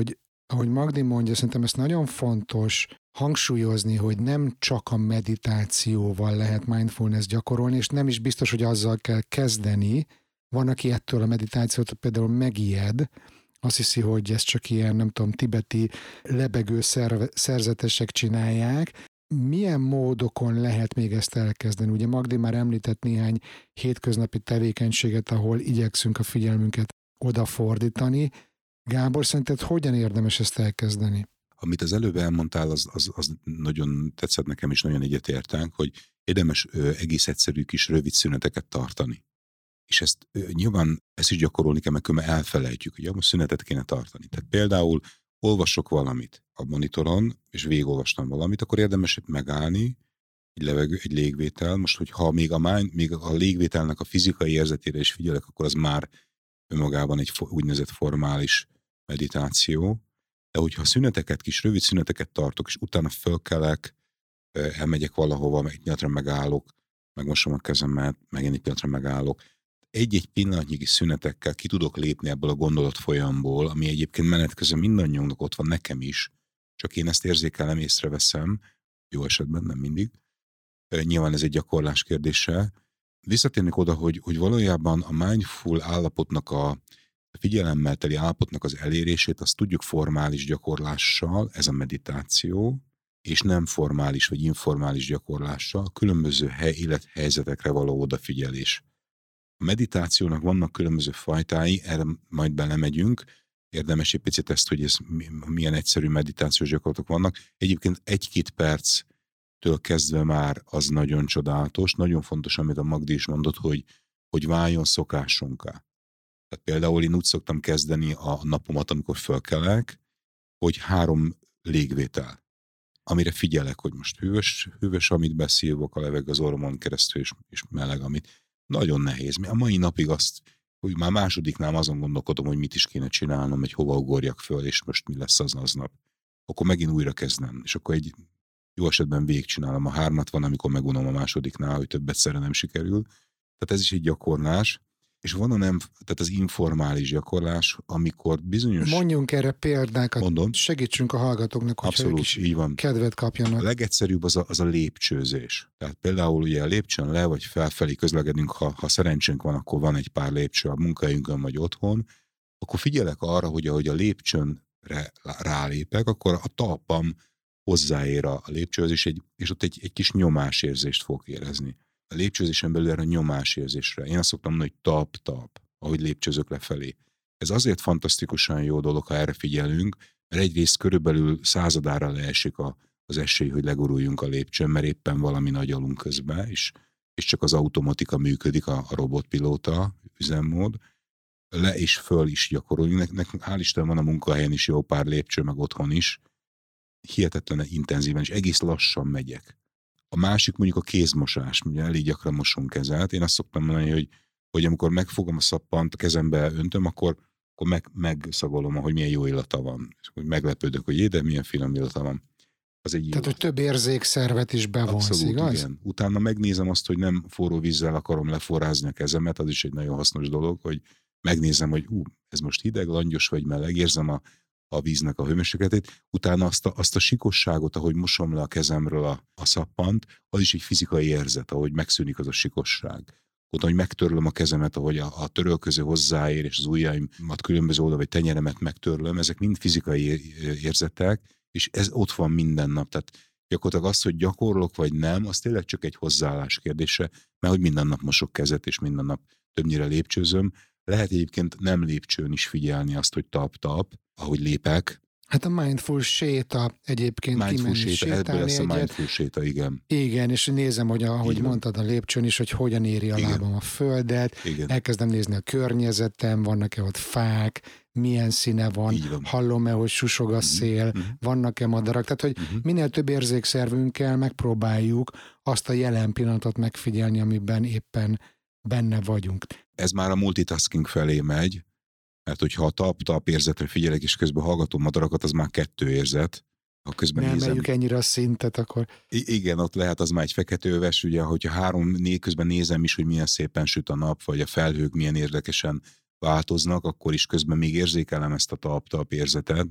Ahogy Magdi mondja, szerintem ezt nagyon fontos hangsúlyozni, hogy nem csak a meditációval lehet mindfulness gyakorolni, és nem is biztos, hogy azzal kell kezdeni. Van, aki ettől a meditációt például megijed, azt hiszi, hogy ez csak ilyen, nem tudom, tibeti lebegő szerve, szerzetesek csinálják. Milyen módokon lehet még ezt elkezdeni? Ugye Magdi már említett néhány hétköznapi tevékenységet, ahol igyekszünk a figyelmünket odafordítani. Gábor, szerinted hogyan érdemes ezt elkezdeni? Amit az előbb elmondtál, az, az, az nagyon tetszett nekem, és nagyon egyetértünk, hogy érdemes ö, egész egyszerű kis rövid szüneteket tartani. És ezt ö, nyilván ezt is gyakorolni kell, mert különben elfelejtjük, hogy most szünetet kéne tartani. Tehát például olvasok valamit a monitoron, és végigolvastam valamit, akkor érdemes megállni, egy levegő, egy légvétel. Most, hogyha még a, mind, még a légvételnek a fizikai érzetére is figyelek, akkor az már önmagában egy úgynevezett formális meditáció. De hogyha szüneteket, kis rövid szüneteket tartok, és utána fölkelek, elmegyek valahova, egy pillanatra megállok, megmosom a kezemet, megint egy pillanatra megállok. Egy-egy pillanatnyi kis szünetekkel ki tudok lépni ebből a gondolatfolyamból, ami egyébként menet közben mindannyiunknak ott van, nekem is, csak én ezt érzékelem, észreveszem, jó esetben, nem mindig. Nyilván ez egy gyakorlás kérdése. Visszatérnék oda, hogy, hogy valójában a mindful állapotnak, a figyelemmel teli állapotnak az elérését, azt tudjuk formális gyakorlással, ez a meditáció, és nem formális vagy informális gyakorlással, különböző hely, élethelyzetekre való odafigyelés. A meditációnak vannak különböző fajtái, erre majd belemegyünk, érdemes egy picit ezt, hogy ez milyen egyszerű meditációs gyakorlatok vannak. Egyébként egy-két perctől kezdve már az nagyon csodálatos, nagyon fontos, amit a Magdi is mondott, hogy, hogy váljon szokásunká. Tehát például én úgy szoktam kezdeni a napomat, amikor fölkelek, hogy három légvétel, amire figyelek, hogy most hűvös, hűvös amit beszívok, a levegő az orromon keresztül, és, és meleg, amit nagyon nehéz. A mai napig azt, hogy már másodiknál azon gondolkodom, hogy mit is kéne csinálnom, hogy hova ugorjak föl, és most mi lesz az aznap. Akkor megint újra kezdem, és akkor egy jó esetben végigcsinálom. A hármat van, amikor megunom a másodiknál, hogy többet szere nem sikerül. Tehát ez is egy gyakorlás. És van a nem, tehát az informális gyakorlás, amikor bizonyos... Mondjunk erre példákat, Mondom. Segítsünk a hallgatóknak, hogy Abszolút, is így van. kedvet kapjanak. A legegyszerűbb az a, az a lépcsőzés. Tehát például ugye a lépcsőn le vagy felfelé közlekedünk, ha, ha szerencsénk van, akkor van egy pár lépcső a munkahelyünkön vagy otthon, akkor figyelek arra, hogy ahogy a lépcsőnre rálépek, akkor a talpam hozzáér a lépcsőhöz, és, egy, és ott egy, egy kis nyomásérzést fogok érezni. A lépcsőzésen belül erre a nyomásérzésre. Én azt szoktam mondani, hogy tap-tap, ahogy lépcsőzök lefelé. Ez azért fantasztikusan jó dolog, ha erre figyelünk, mert egyrészt körülbelül századára leesik a, az esély, hogy leguruljunk a lépcsőn, mert éppen valami nagy alunk közben, és, és csak az automatika működik, a, a robotpilóta üzemmód. Le és föl is gyakorolunk. Nekünk hál' Isten van a munkahelyen is jó pár lépcső, meg otthon is. Hihetetlen intenzíven, és egész lassan megyek. A másik mondjuk a kézmosás, ugye elég gyakran mosunk kezet. Én azt szoktam mondani, hogy, hogy amikor megfogom a szappant, a kezembe öntöm, akkor, akkor meg, megszagolom, hogy milyen jó illata van. És hogy meglepődök, hogy jé, de milyen finom illata van. Az egy Tehát, jó. hogy több érzékszervet is bevonsz, Abszolút, igaz? igen. Utána megnézem azt, hogy nem forró vízzel akarom leforrázni a kezemet, az is egy nagyon hasznos dolog, hogy megnézem, hogy ú, ez most hideg, langyos vagy meleg, érzem a a víznek a hőmérsékletét, utána azt a, azt a sikosságot, ahogy mosom le a kezemről a, a szappant, az is egy fizikai érzet, ahogy megszűnik az a sikosság. Ott, hogy megtörlöm a kezemet, ahogy a, a törölköző hozzáér, és az ujjaimat különböző oldal, vagy tenyeremet megtörlöm, ezek mind fizikai érzetek, és ez ott van minden nap. Tehát gyakorlatilag az, hogy gyakorlok vagy nem, az tényleg csak egy hozzáállás kérdése, mert hogy minden nap mosok kezet, és minden nap többnyire lépcsőzöm. Lehet egyébként nem lépcsőn is figyelni azt, hogy tap-tap, ahogy lépek. Hát a mindful séta egyébként mindful kimenni séta, sétálni ebből lesz a egyet. mindful séta, igen. Igen, és nézem, hogy ahogy Igen. mondtad a lépcsőn is, hogy hogyan éri a Igen. lábam a földet. Igen. Elkezdem nézni a környezetem, vannak-e ott fák, milyen színe van, van. hallom-e, hogy susog a szél, uh-huh. vannak-e madarak. Tehát, hogy uh-huh. minél több érzékszervünkkel megpróbáljuk azt a jelen pillanatot megfigyelni, amiben éppen benne vagyunk. Ez már a multitasking felé megy, mert hogyha a tap-tap érzetre figyelek, és közben hallgatom madarakat, az már kettő érzet. Ha közben nem nézem. emeljük ennyire a szintet, akkor... I- igen, ott lehet az már egy feketőves, ugye, hogyha három né közben nézem is, hogy milyen szépen süt a nap, vagy a felhők milyen érdekesen változnak, akkor is közben még érzékelem ezt a tap-tap érzetet, meg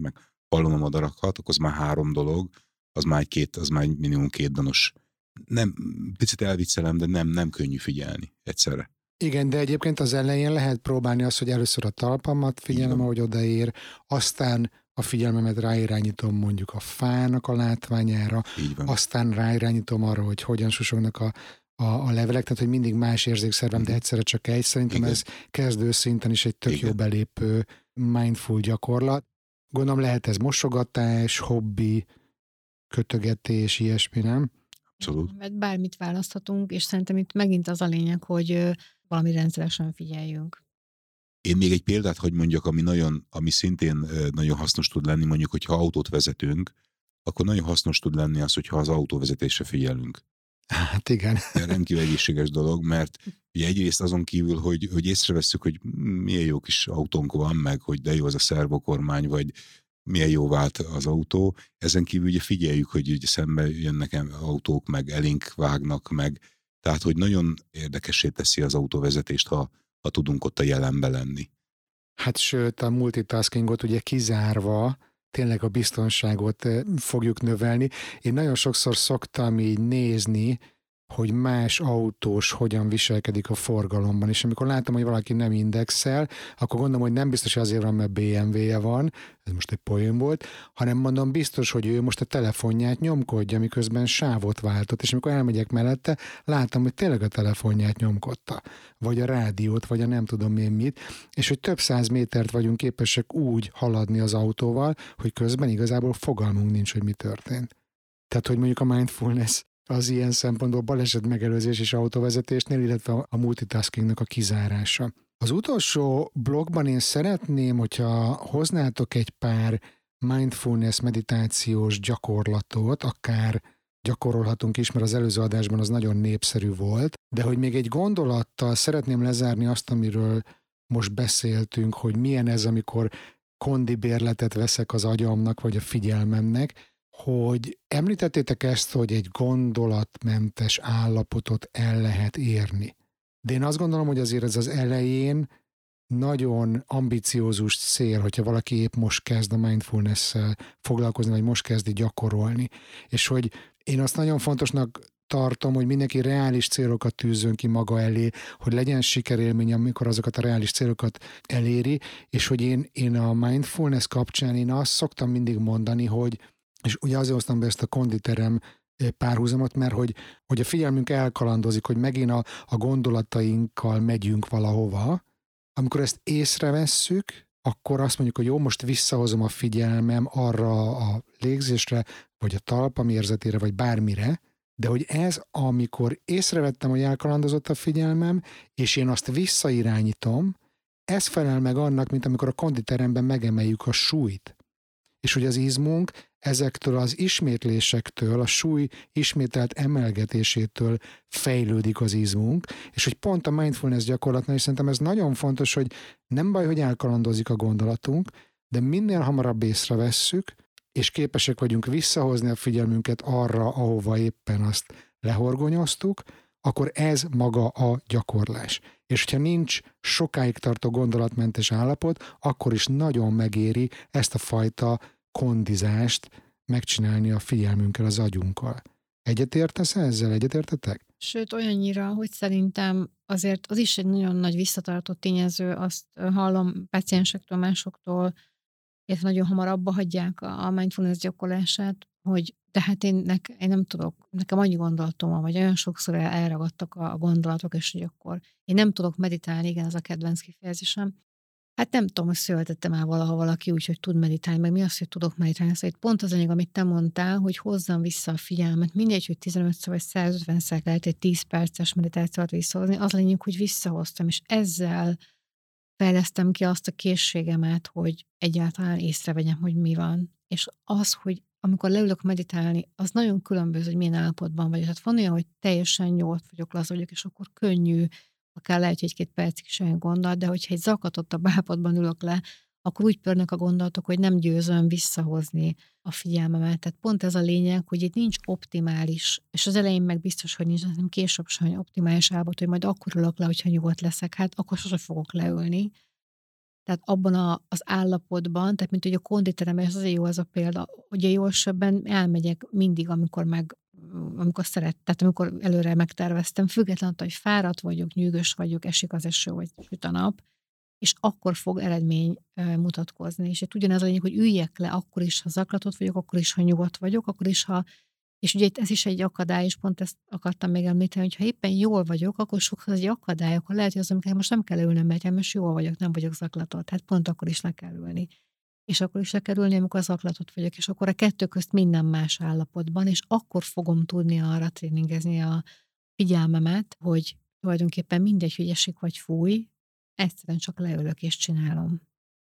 hallom a madarakat, akkor az már három dolog, az már egy két, az már egy minimum két danos. Nem, picit elviccelem, de nem, nem könnyű figyelni egyszerre. Igen, de egyébként az elején lehet próbálni azt, hogy először a talpamat figyelem, ahogy odaér, aztán a figyelmemet ráirányítom mondjuk a fának a látványára, aztán ráirányítom arra, hogy hogyan susognak a, a, a levelek, tehát hogy mindig más érzékszervem, de egyszerre csak egy. Szerintem Igen. ez kezdő szinten is egy tök Igen. jó belépő mindful gyakorlat. Gondolom lehet ez mosogatás, hobbi, kötögetés, ilyesmi, nem? Abszolút. Mert bármit választhatunk, és szerintem itt megint az a lényeg, hogy valami rendszeresen figyeljünk. Én még egy példát, hogy mondjak, ami, nagyon, ami szintén nagyon hasznos tud lenni, mondjuk, hogyha autót vezetünk, akkor nagyon hasznos tud lenni az, hogyha az autóvezetésre figyelünk. Hát igen. Rendkívül egészséges dolog, mert ugye egyrészt azon kívül, hogy, hogy észrevesszük, hogy milyen jó kis autónk van, meg hogy de jó az a szervokormány, vagy milyen jó vált az autó. Ezen kívül ugye figyeljük, hogy ugye szembe jönnek autók, meg elénk vágnak, meg tehát, hogy nagyon érdekessé teszi az autóvezetést, ha, ha tudunk ott a jelenbe lenni. Hát sőt, a multitaskingot ugye kizárva tényleg a biztonságot fogjuk növelni. Én nagyon sokszor szoktam így nézni, hogy más autós hogyan viselkedik a forgalomban, és amikor látom, hogy valaki nem indexel, akkor gondolom, hogy nem biztos, hogy azért van, mert bé em vé-je van, ez most egy poén volt, hanem mondom, biztos, hogy ő most a telefonját nyomkodja, miközben sávot váltott, és amikor elmegyek mellette, látom, hogy tényleg a telefonját nyomkodta, vagy a rádiót, vagy a nem tudom én mit, és hogy több száz métert vagyunk képesek úgy haladni az autóval, hogy közben igazából fogalmunk nincs, hogy mi történt. Tehát, hogy mondjuk a mindfulness az ilyen szempontból baleset megelőzés és autóvezetésnél, illetve a multitaskingnak a kizárása. Az utolsó blogban én szeretném, hogyha hoznátok egy pár mindfulness meditációs gyakorlatot, akár gyakorolhatunk is, mert az előző adásban az nagyon népszerű volt, de hogy még egy gondolattal szeretném lezárni azt, amiről most beszéltünk, hogy milyen ez, amikor kondibérletet veszek az agyamnak, vagy a figyelmemnek, hogy említettétek ezt, hogy egy gondolatmentes állapotot el lehet érni. De én azt gondolom, hogy azért ez az elején nagyon ambiciózus cél, hogyha valaki épp most kezd a mindfulness-szel foglalkozni, vagy most kezdi gyakorolni. És hogy én azt nagyon fontosnak tartom, hogy mindenki reális célokat tűzzön ki maga elé, hogy legyen sikerélmény, amikor azokat a reális célokat eléri, és hogy én, én a mindfulness kapcsán én azt szoktam mindig mondani, hogy és ugye azért hoztam be ezt a konditerem párhuzamot, mert hogy, hogy a figyelmünk elkalandozik, hogy megint a, a gondolatainkkal megyünk valahova. Amikor ezt észrevesszük, akkor azt mondjuk, hogy jó, most visszahozom a figyelmem arra a légzésre, vagy a talpam érzetére, vagy bármire, de hogy ez, amikor észrevettem, hogy elkalandozott a figyelmem, és én azt visszairányítom, ez felel meg annak, mint amikor a konditeremben megemeljük a súlyt. És hogy az izmunk ezektől az ismétlésektől, a súly ismételt emelgetésétől fejlődik az izmunk, és hogy pont a mindfulness gyakorlatnál is szerintem ez nagyon fontos, hogy nem baj, hogy elkalandozik a gondolatunk, de minél hamarabb észrevesszük, és képesek vagyunk visszahozni a figyelmünket arra, ahova éppen azt lehorgonyoztuk, akkor ez maga a gyakorlás. És hogyha nincs sokáig tartó gondolatmentes állapot, akkor is nagyon megéri ezt a fajta kondizást megcsinálni a figyelmünkkel, az agyunkkal. Egyetértesz ezzel? Egyetértetek? Sőt, olyannyira, hogy szerintem azért az is egy nagyon nagy visszatartó tényező, azt hallom paciensektől, másoktól, illetve nagyon hamar abba hagyják a mindfulness gyakorlását, hogy de hát én, nek, én nem tudok, nekem annyi gondolatom van, vagy olyan sokszor el, elragadtak a, a gondolatok, és hogy akkor én nem tudok meditálni, igen, ez a kedvenc kifejezésem. Hát nem tudom, hogy születettem el valaha valaki úgy, hogy tud meditálni, meg mi az, hogy tudok meditálni. Szóval itt pont az anyag, amit te mondtál, hogy hozzam vissza a figyelmet. Mindegy, hogy tizenötször vagy százötvenszer lehet egy tíz perces meditációt visszahozni, az lényeg, hogy visszahoztam, és ezzel fejlesztem ki azt a készségemet, hogy egyáltalán észrevegyem, hogy mi van. És az, hogy amikor leülök meditálni, az nagyon különböző, hogy milyen állapotban vagyok. Tehát van olyan, hogy teljesen nyugodt vagyok, laza vagyok, és akkor könnyű, akár lehet, hogy egy-két percig sem gondolat, de hogyha egy zakatottabb állapotban ülök le, akkor úgy pörnek a gondolatok, hogy nem győzöm visszahozni a figyelmemet. Tehát pont ez a lényeg, hogy itt nincs optimális, és az elején meg biztos, hogy nincs, hanem később sem optimális állapot, hogy majd akkor ülök le, hogyha nyugodt leszek, hát akkor sose fogok leülni. Tehát abban a, az állapotban, tehát mint hogy a konditeremben, ez azért jó az a példa, ugye jósabban elmegyek mindig, amikor meg, amikor szeret, tehát amikor előre megterveztem, függetlenül, hogy fáradt vagyok, nyűgös vagyok, esik az eső, vagy süt a nap, és akkor fog eredmény mutatkozni. És itt ugyanez a lényeg, hogy üljek le, akkor is, ha zaklatott vagyok, akkor is, ha nyugodt vagyok, akkor is, ha és ugye itt ez is egy akadály, és pont ezt akartam még említeni, hogy ha éppen jól vagyok, akkor sokszor ez egy akadály, akkor lehet, hogy az, amikor most nem kell ülnöm, mert most jól vagyok, nem vagyok zaklatott. Hát pont akkor is le kell ülni. És akkor is le kell ülni, amikor zaklatott vagyok, és akkor a kettő közt minden más állapotban, és akkor fogom tudni arra tréningezni a figyelmemet, hogy tulajdonképpen mindegy, hogy esik vagy fúj, egyszerűen csak leülök és csinálom.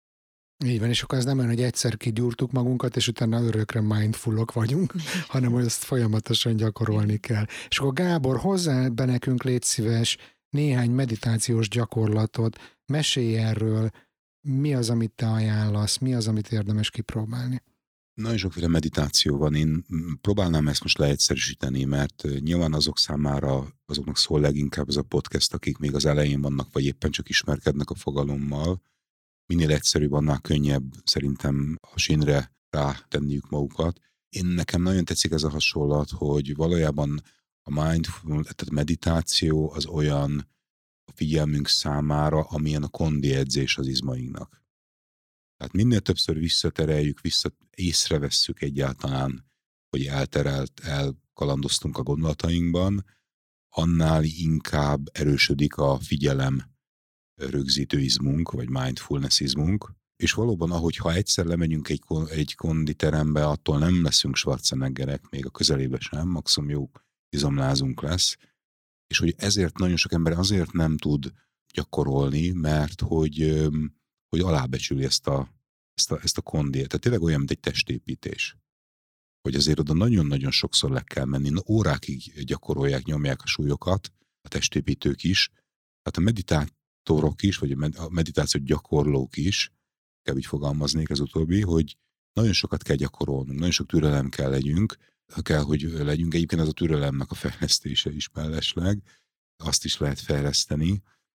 Így van, és akkor ez nem olyan, hogy egyszer kigyúrtuk magunkat, és utána örökre mindfullok vagyunk, hanem hogy ezt folyamatosan gyakorolni kell. És akkor Gábor, hozzá be nekünk, légy szíves, néhány meditációs gyakorlatot, mesélj erről, mi az, amit te ajánlasz, mi az, amit érdemes kipróbálni. Nagyon sokféle meditáció van, én próbálnám ezt most leegyszerűsíteni, mert nyilván azok számára, azoknak szól leginkább ez a podcast, akik még az elején vannak, vagy éppen csak ismerkednek a fogalommal. Minél egyszerűbb, annál könnyebb szerintem a sínre rátenniük magukat. Én nekem nagyon tetszik ez a hasonlat, hogy valójában a mindful, tehát a meditáció az olyan a figyelmünk számára, amilyen a kondi edzés az izmainknak. Tehát minél többször visszatereljük, vissza, észrevesszük egyáltalán, hogy elterelt, elkalandoztunk a gondolatainkban, annál inkább erősödik a figyelem rögzítő izmunk, vagy mindfulness izmunk, és valóban, ahogy ha egyszer lemegyünk egy, egy konditerembe, attól nem leszünk Schwarzeneggerek, még a közelébe sem, maximum jó izomlázunk lesz, és hogy ezért nagyon sok ember azért nem tud gyakorolni, mert hogy, hogy alábecsüli ezt a, ezt a, ezt a kondiét. Tehát tényleg olyan, mint egy testépítés. Hogy azért oda nagyon-nagyon sokszor le kell menni, órákig gyakorolják, nyomják a súlyokat, a testépítők is, tehát a meditátorok is, vagy a meditáció gyakorlók is, kell úgy fogalmaznék az utóbbi, hogy nagyon sokat kell gyakorolnunk, nagyon sok türelem kell legyünk, kell, hogy legyünk. Egyébként az a türelemnek a fejlesztése is mellesleg, azt is lehet fejleszteni,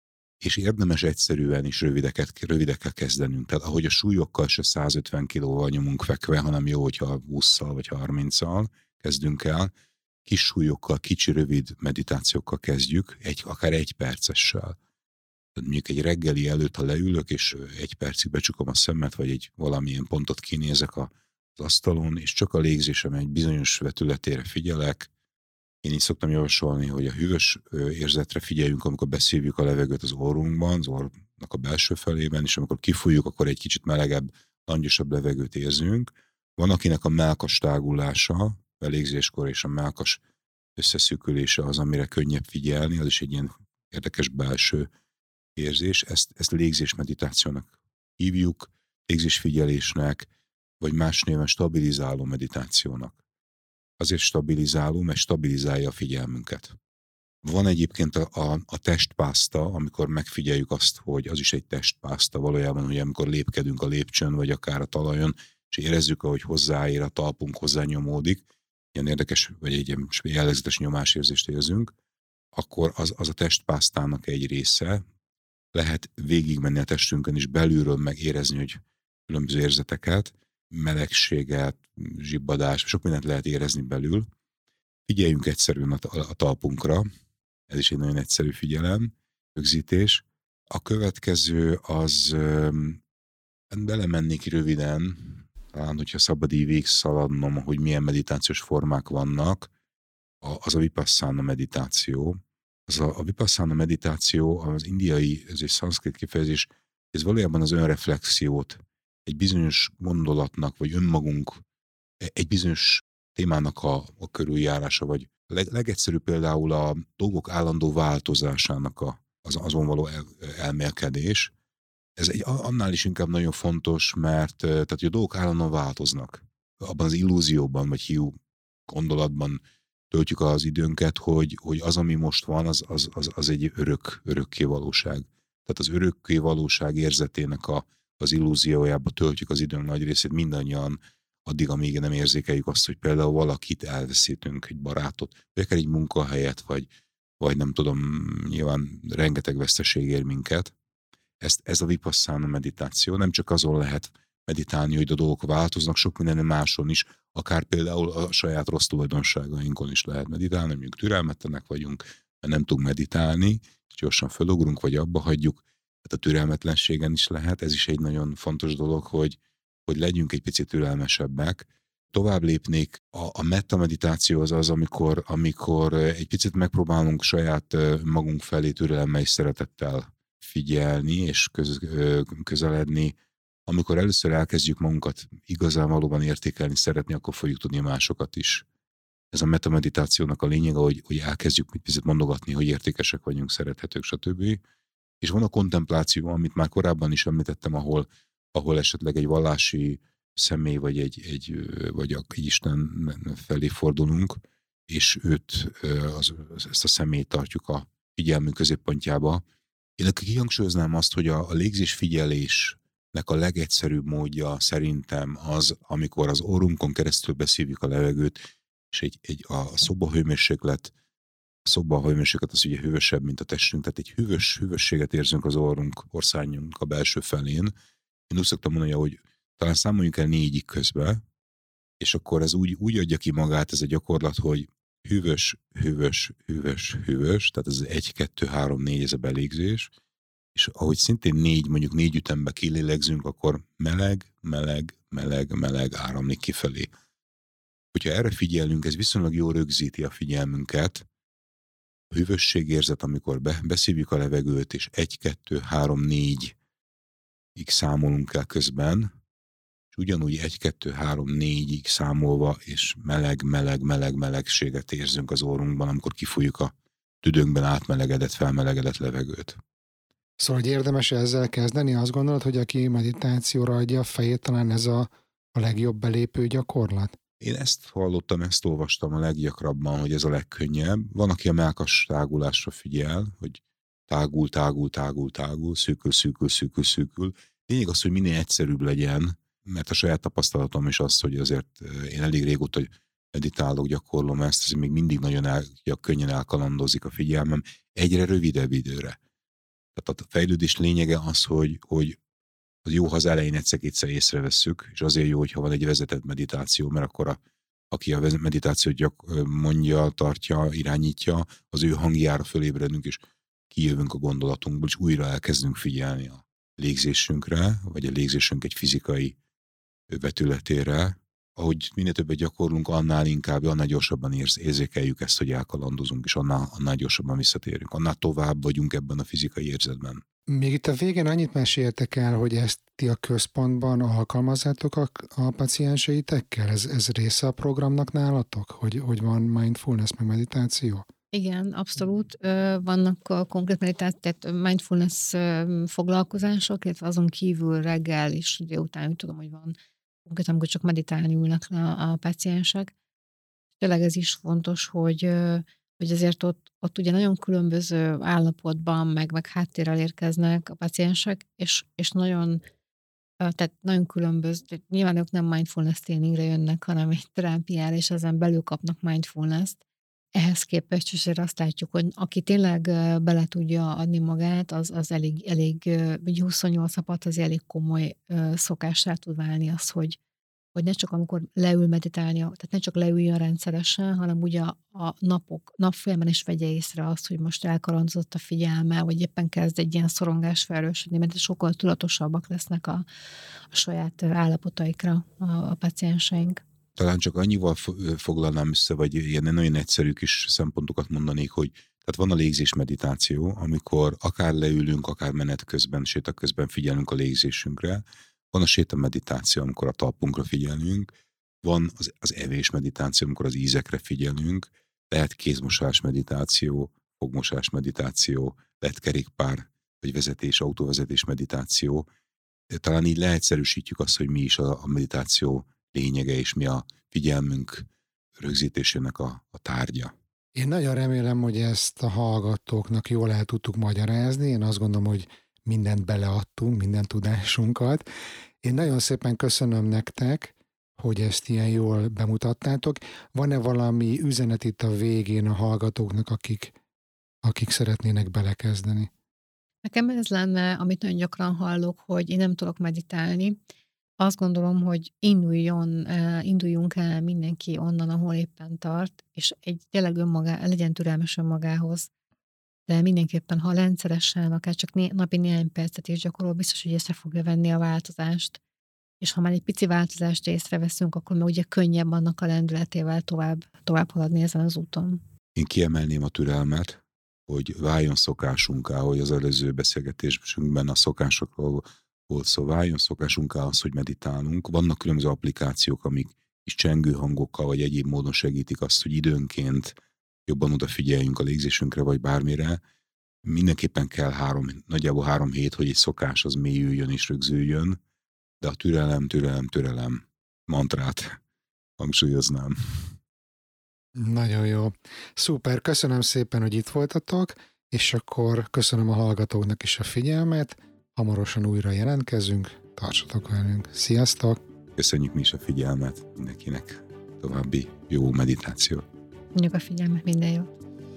és érdemes egyszerűen is rövideket, rövidekkel kezdenünk. Tehát ahogy a súlyokkal se százötven kilóval nyomunk fekve, hanem jó, hogyha hússzal vagy harminccal kezdünk el, kis súlyokkal, kicsi rövid meditációkkal kezdjük, egy, akár egy percessel. Tehát mondjuk egy reggeli előtt, ha leülök, és egy percig becsukom a szemet, vagy egy valamilyen pontot kinézek az asztalon, és csak a légzésem egy bizonyos vetületére figyelek. Én így szoktam javasolni, hogy a hűvös érzetre figyeljünk, amikor beszívjuk a levegőt az orrunkban, az orrnak a belső felében, és amikor kifújjuk, akkor egy kicsit melegebb, langyosabb levegőt érzünk. Van, akinek a mellkas tágulása, a légzéskor és a mellkas összeszűkülése az, amire könnyebb figyelni, az is egy ilyen érdekes belső érzés. Ezt, ezt légzésmeditációnak hívjuk, légzésfigyelésnek, vagy más néven stabilizáló meditációnak. Azért stabilizáló, mert stabilizálja a figyelmünket. Van egyébként a, a, a testpászta, amikor megfigyeljük azt, hogy az is egy testpászta valójában, hogy amikor lépkedünk a lépcsőn, vagy akár a talajon, és érezzük, ahogy hozzáér a talpunk, hozzányomódik, ilyen érdekes, vagy egy ilyen jellegzetes nyomásérzést érzünk, akkor az, az a testpásztának egy része. Lehet végigmenni a testünkön, és belülről megérezni, hogy különböző érzeteket, melegséget, zsibbadás, sok mindent lehet érezni belül. Figyeljünk egyszerűen a, a talpunkra, ez is egy nagyon egyszerű figyelem, rögzítés. A következő az, belemennék röviden, talán, hogyha szabad így végigszaladnom, hogy milyen meditációs formák vannak, az a vipasszana meditáció. Az a, a vipasszana meditáció, az indiai, ez egy szanszkrit kifejezés, ez valójában az önreflexiót, egy bizonyos gondolatnak, vagy önmagunk, egy bizonyos témának a, a körüljárása, vagy a leg, legegyszerűbb például a dolgok állandó változásának a, az, azon való el, elmélkedés. Ez egy, annál is inkább nagyon fontos, mert tehát, hogy a dolgok állandóan változnak. Abban az illúzióban, vagy hiú gondolatban töltjük az időnket, hogy, hogy az, ami most van, az, az, az, az egy örök, örökké valóság. Tehát az örökké valóság érzetének a az illúziójába töltjük az időnk nagy részét mindannyian, addig, amíg nem érzékeljük azt, hogy például valakit elveszítünk, egy barátot, vagy akár egy munkahelyet, vagy, vagy nem tudom, nyilván rengeteg veszteség ér minket. Ezt, ez a vipasszana meditáció, nem csak azon lehet meditálni, hogy a dolgok változnak, sok minden máson is, akár például a saját rossz tulajdonságainkon is lehet meditálni, mondjuk türelmetlenek vagyunk, mert nem tudunk meditálni, és gyorsan fölugrunk, vagy abba hagyjuk, tehát a türelmetlenségen is lehet, ez is egy nagyon fontos dolog, hogy, hogy legyünk egy picit türelmesebbek. Tovább lépnék, a, a metta meditáció az az, amikor, amikor egy picit megpróbálunk saját magunk felé türelemmel és szeretettel figyelni és köz, közeledni. Amikor először elkezdjük magunkat igazán valóban értékelni, szeretni, akkor fogjuk tudni másokat is. Ez a metta meditációnak a lényege, hogy, hogy elkezdjük egy picit mondogatni, hogy értékesek vagyunk, szerethetők, stb. És van a kontempláció, amit már korábban is említettem, ahol, ahol esetleg egy vallási személy, vagy egy, egy, vagy egy Isten felé fordulunk, és őt, az, ezt a személyt tartjuk a figyelmünk középpontjába. Én kihangsúlyoznám azt, hogy a, a légzés figyelésnek a legegyszerűbb módja szerintem az, amikor az orrunkon keresztül beszívjuk a levegőt, és egy, egy, a szobahőmérséklet, a szobahőmérséklet az ugye hűvösebb, mint a testünk, tehát egy hűvös, hűvösséget érzünk az orrunk, orszányunk a belső felén. Én úgy szoktam mondani, hogy talán számoljunk el négyig közben, és akkor ez úgy, úgy adja ki magát ez a gyakorlat, hogy hűvös, hűvös, hűvös, hűvös, tehát ez egy, kettő, három, négy, ez a belégzés, és ahogy szintén négy, mondjuk négy ütembe kilélegzünk, akkor meleg, meleg, meleg, meleg áramlik kifelé. Hogyha erre figyelünk, ez viszonylag jól rögzíti a figyelmünket, a hűvösségérzet, amikor be, beszívjuk a levegőt, és egy, kettő, három, négy ig számolunk el közben, és ugyanúgy egy, kettő, három, négyig számolva, és meleg, meleg, meleg, melegséget érzünk az orrunkban, amikor kifújjuk a tüdőnkben átmelegedett, felmelegedett levegőt. Szóval, hogy érdemes ezzel kezdeni? Azt gondolod, hogy aki meditációra adja a fejét, talán ez a, a legjobb belépő gyakorlat? Én ezt hallottam, ezt olvastam a leggyakrabban, hogy ez a legkönnyebb. Van, aki a mellkas tágulásra figyel, hogy tágul, tágul, tágul, tágul, szűkül, szűkül, szűkül, szűkül. Lényeg az, hogy minél egyszerűbb legyen, mert a saját tapasztalatom is az, hogy azért én elég régóta meditálok, gyakorlom ezt, ez még mindig nagyon el, könnyen elkalandozik a figyelmem egyre rövidebb időre. Tehát a fejlődés lényege az, hogy, hogy az jó, ha az elején egyszer-kétszer észrevesszük, és azért jó, hogyha van egy vezetett meditáció, mert akkor a, aki a meditációt gyak, mondja, tartja, irányítja, az ő hangjára fölébredünk, és kijövünk a gondolatunkból, és újra elkezdünk figyelni a légzésünkre, vagy a légzésünk egy fizikai vetületére. Ahogy minél többet gyakorlunk, annál inkább, annál gyorsabban érz, érzékeljük ezt, hogy elkalandozunk, és annál, annál gyorsabban visszatérünk. Annál tovább vagyunk ebben a fizikai érzetben. Még itt a végén annyit meséltek el, hogy ezt ti a központban alkalmazzátok a, a pacienseitekkel? Ez, ez része a programnak nálatok, hogy, hogy van mindfulness meg meditáció? Igen, abszolút. Vannak a konkrét meditáció, tehát mindfulness foglalkozások, illetve azon kívül reggel és délután úgy tudom, hogy van konkrét, amikor csak meditálni ülnek a, a paciensek. Tényleg ez is fontos, hogy, hogy azért ott, ott ugye nagyon különböző állapotban, meg, meg háttérrel érkeznek a paciensek, és, és nagyon, tehát nagyon különböző, nyilván ők nem mindfulness tréningre jönnek, hanem egy terápiára, és ezen belül kapnak mindfulness-t. Ehhez képest is azt látjuk, hogy aki tényleg bele tudja adni magát, az, az elég, elég ugye huszonnyolc nap az elég komoly szokássá tud válni az, hogy, hogy ne csak amikor leül meditálni, tehát ne csak leüljön rendszeresen, hanem ugye a, a napok, napfolyamán is vegye észre azt, hogy most elkalandozott a figyelme, vagy éppen kezd egy ilyen szorongás felerősödni, mert sokkal tudatosabbak lesznek a, a saját állapotaikra a, a pacienseink. Talán csak annyival foglalnám össze, vagy ilyen nagyon egyszerű kis szempontokat mondanék, hogy tehát van a légzés meditáció, amikor akár leülünk, akár menet közben, séta közben figyelünk a légzésünkre. Van a séta meditáció, amikor a talpunkra figyelünk. Van az, az evés meditáció, amikor az ízekre figyelünk. Lehet kézmosás meditáció, fogmosás meditáció, lehet kerékpár, vagy vezetés, autóvezetés meditáció. Talán így leegyszerűsítjük azt, hogy mi is a, a meditáció lényege, és mi a figyelmünk rögzítésének a, a tárgya. Én nagyon remélem, hogy ezt a hallgatóknak jól el tudtuk magyarázni. Én azt gondolom, hogy mindent beleadtunk, minden tudásunkat. Én nagyon szépen köszönöm nektek, hogy ezt ilyen jól bemutattátok. Van-e valami üzenet itt a végén a hallgatóknak, akik, akik szeretnének belekezdeni? Nekem ez lenne, amit nagyon gyakran hallok, hogy én nem tudok meditálni. Azt gondolom, hogy induljon, induljunk el mindenki onnan, ahol éppen tart, és egy tényleg önmagá, legyen türelmes önmagához, de mindenképpen, ha rendszeresen, akár csak né, napi néhány percet is gyakorol, biztos, hogy észre fogja venni a változást, és ha már egy pici változást észreveszünk, akkor már ugye könnyebb annak a lendületével tovább, tovább haladni ezen az úton. Én kiemelném a türelmet, hogy váljon szokásunká, hogy az előző beszélgetésünkben a szokásokról volt szó, váljon szokásunká az, hogy meditálunk. Vannak különböző applikációk, amik is csengő hangokkal vagy egyéb módon segítik azt, hogy időnként jobban odafigyeljünk a légzésünkre vagy bármire. Mindenképpen kell három, nagyjából három hét, hogy egy szokás az mélyüljön és rögzüljön, de a türelem, türelem, türelem mantrát hangsúlyoznám. Nagyon jó. Szuper, köszönöm szépen, hogy itt voltatok, és akkor köszönöm a hallgatóknak is a figyelmet. Hamarosan újra jelentkezünk, tartsatok velünk. Sziasztok! Köszönjük mi is a figyelmet, mindenkinek további jó meditáció. Mondjuk a figyelmet, minden jó.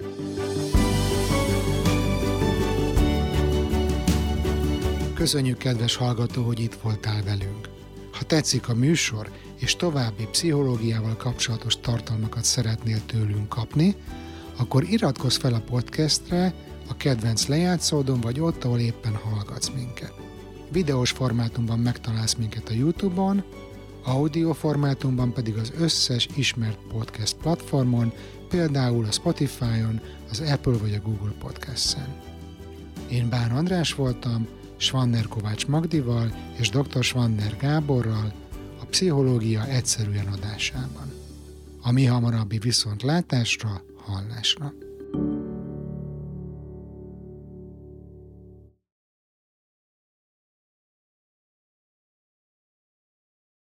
Köszönjük, kedves hallgató, hogy itt voltál velünk. Ha tetszik a műsor, és további pszichológiával kapcsolatos tartalmakat szeretnél tőlünk kapni, akkor iratkozz fel a podcastre, a kedvenc lejátszódon, vagy ott, ahol éppen hallgatsz minket. Videós formátumban megtalálsz minket a YouTube-on, audio formátumban pedig az összes ismert podcast platformon, például a Spotify-on, az Apple vagy a Google Podcast-en. Én Bán András voltam, Svanner Kovács Magdival és dr. Svanner Gáborral a Pszichológia egyszerűen adásában. A mi hamarabbi viszontlátásra, hallásra.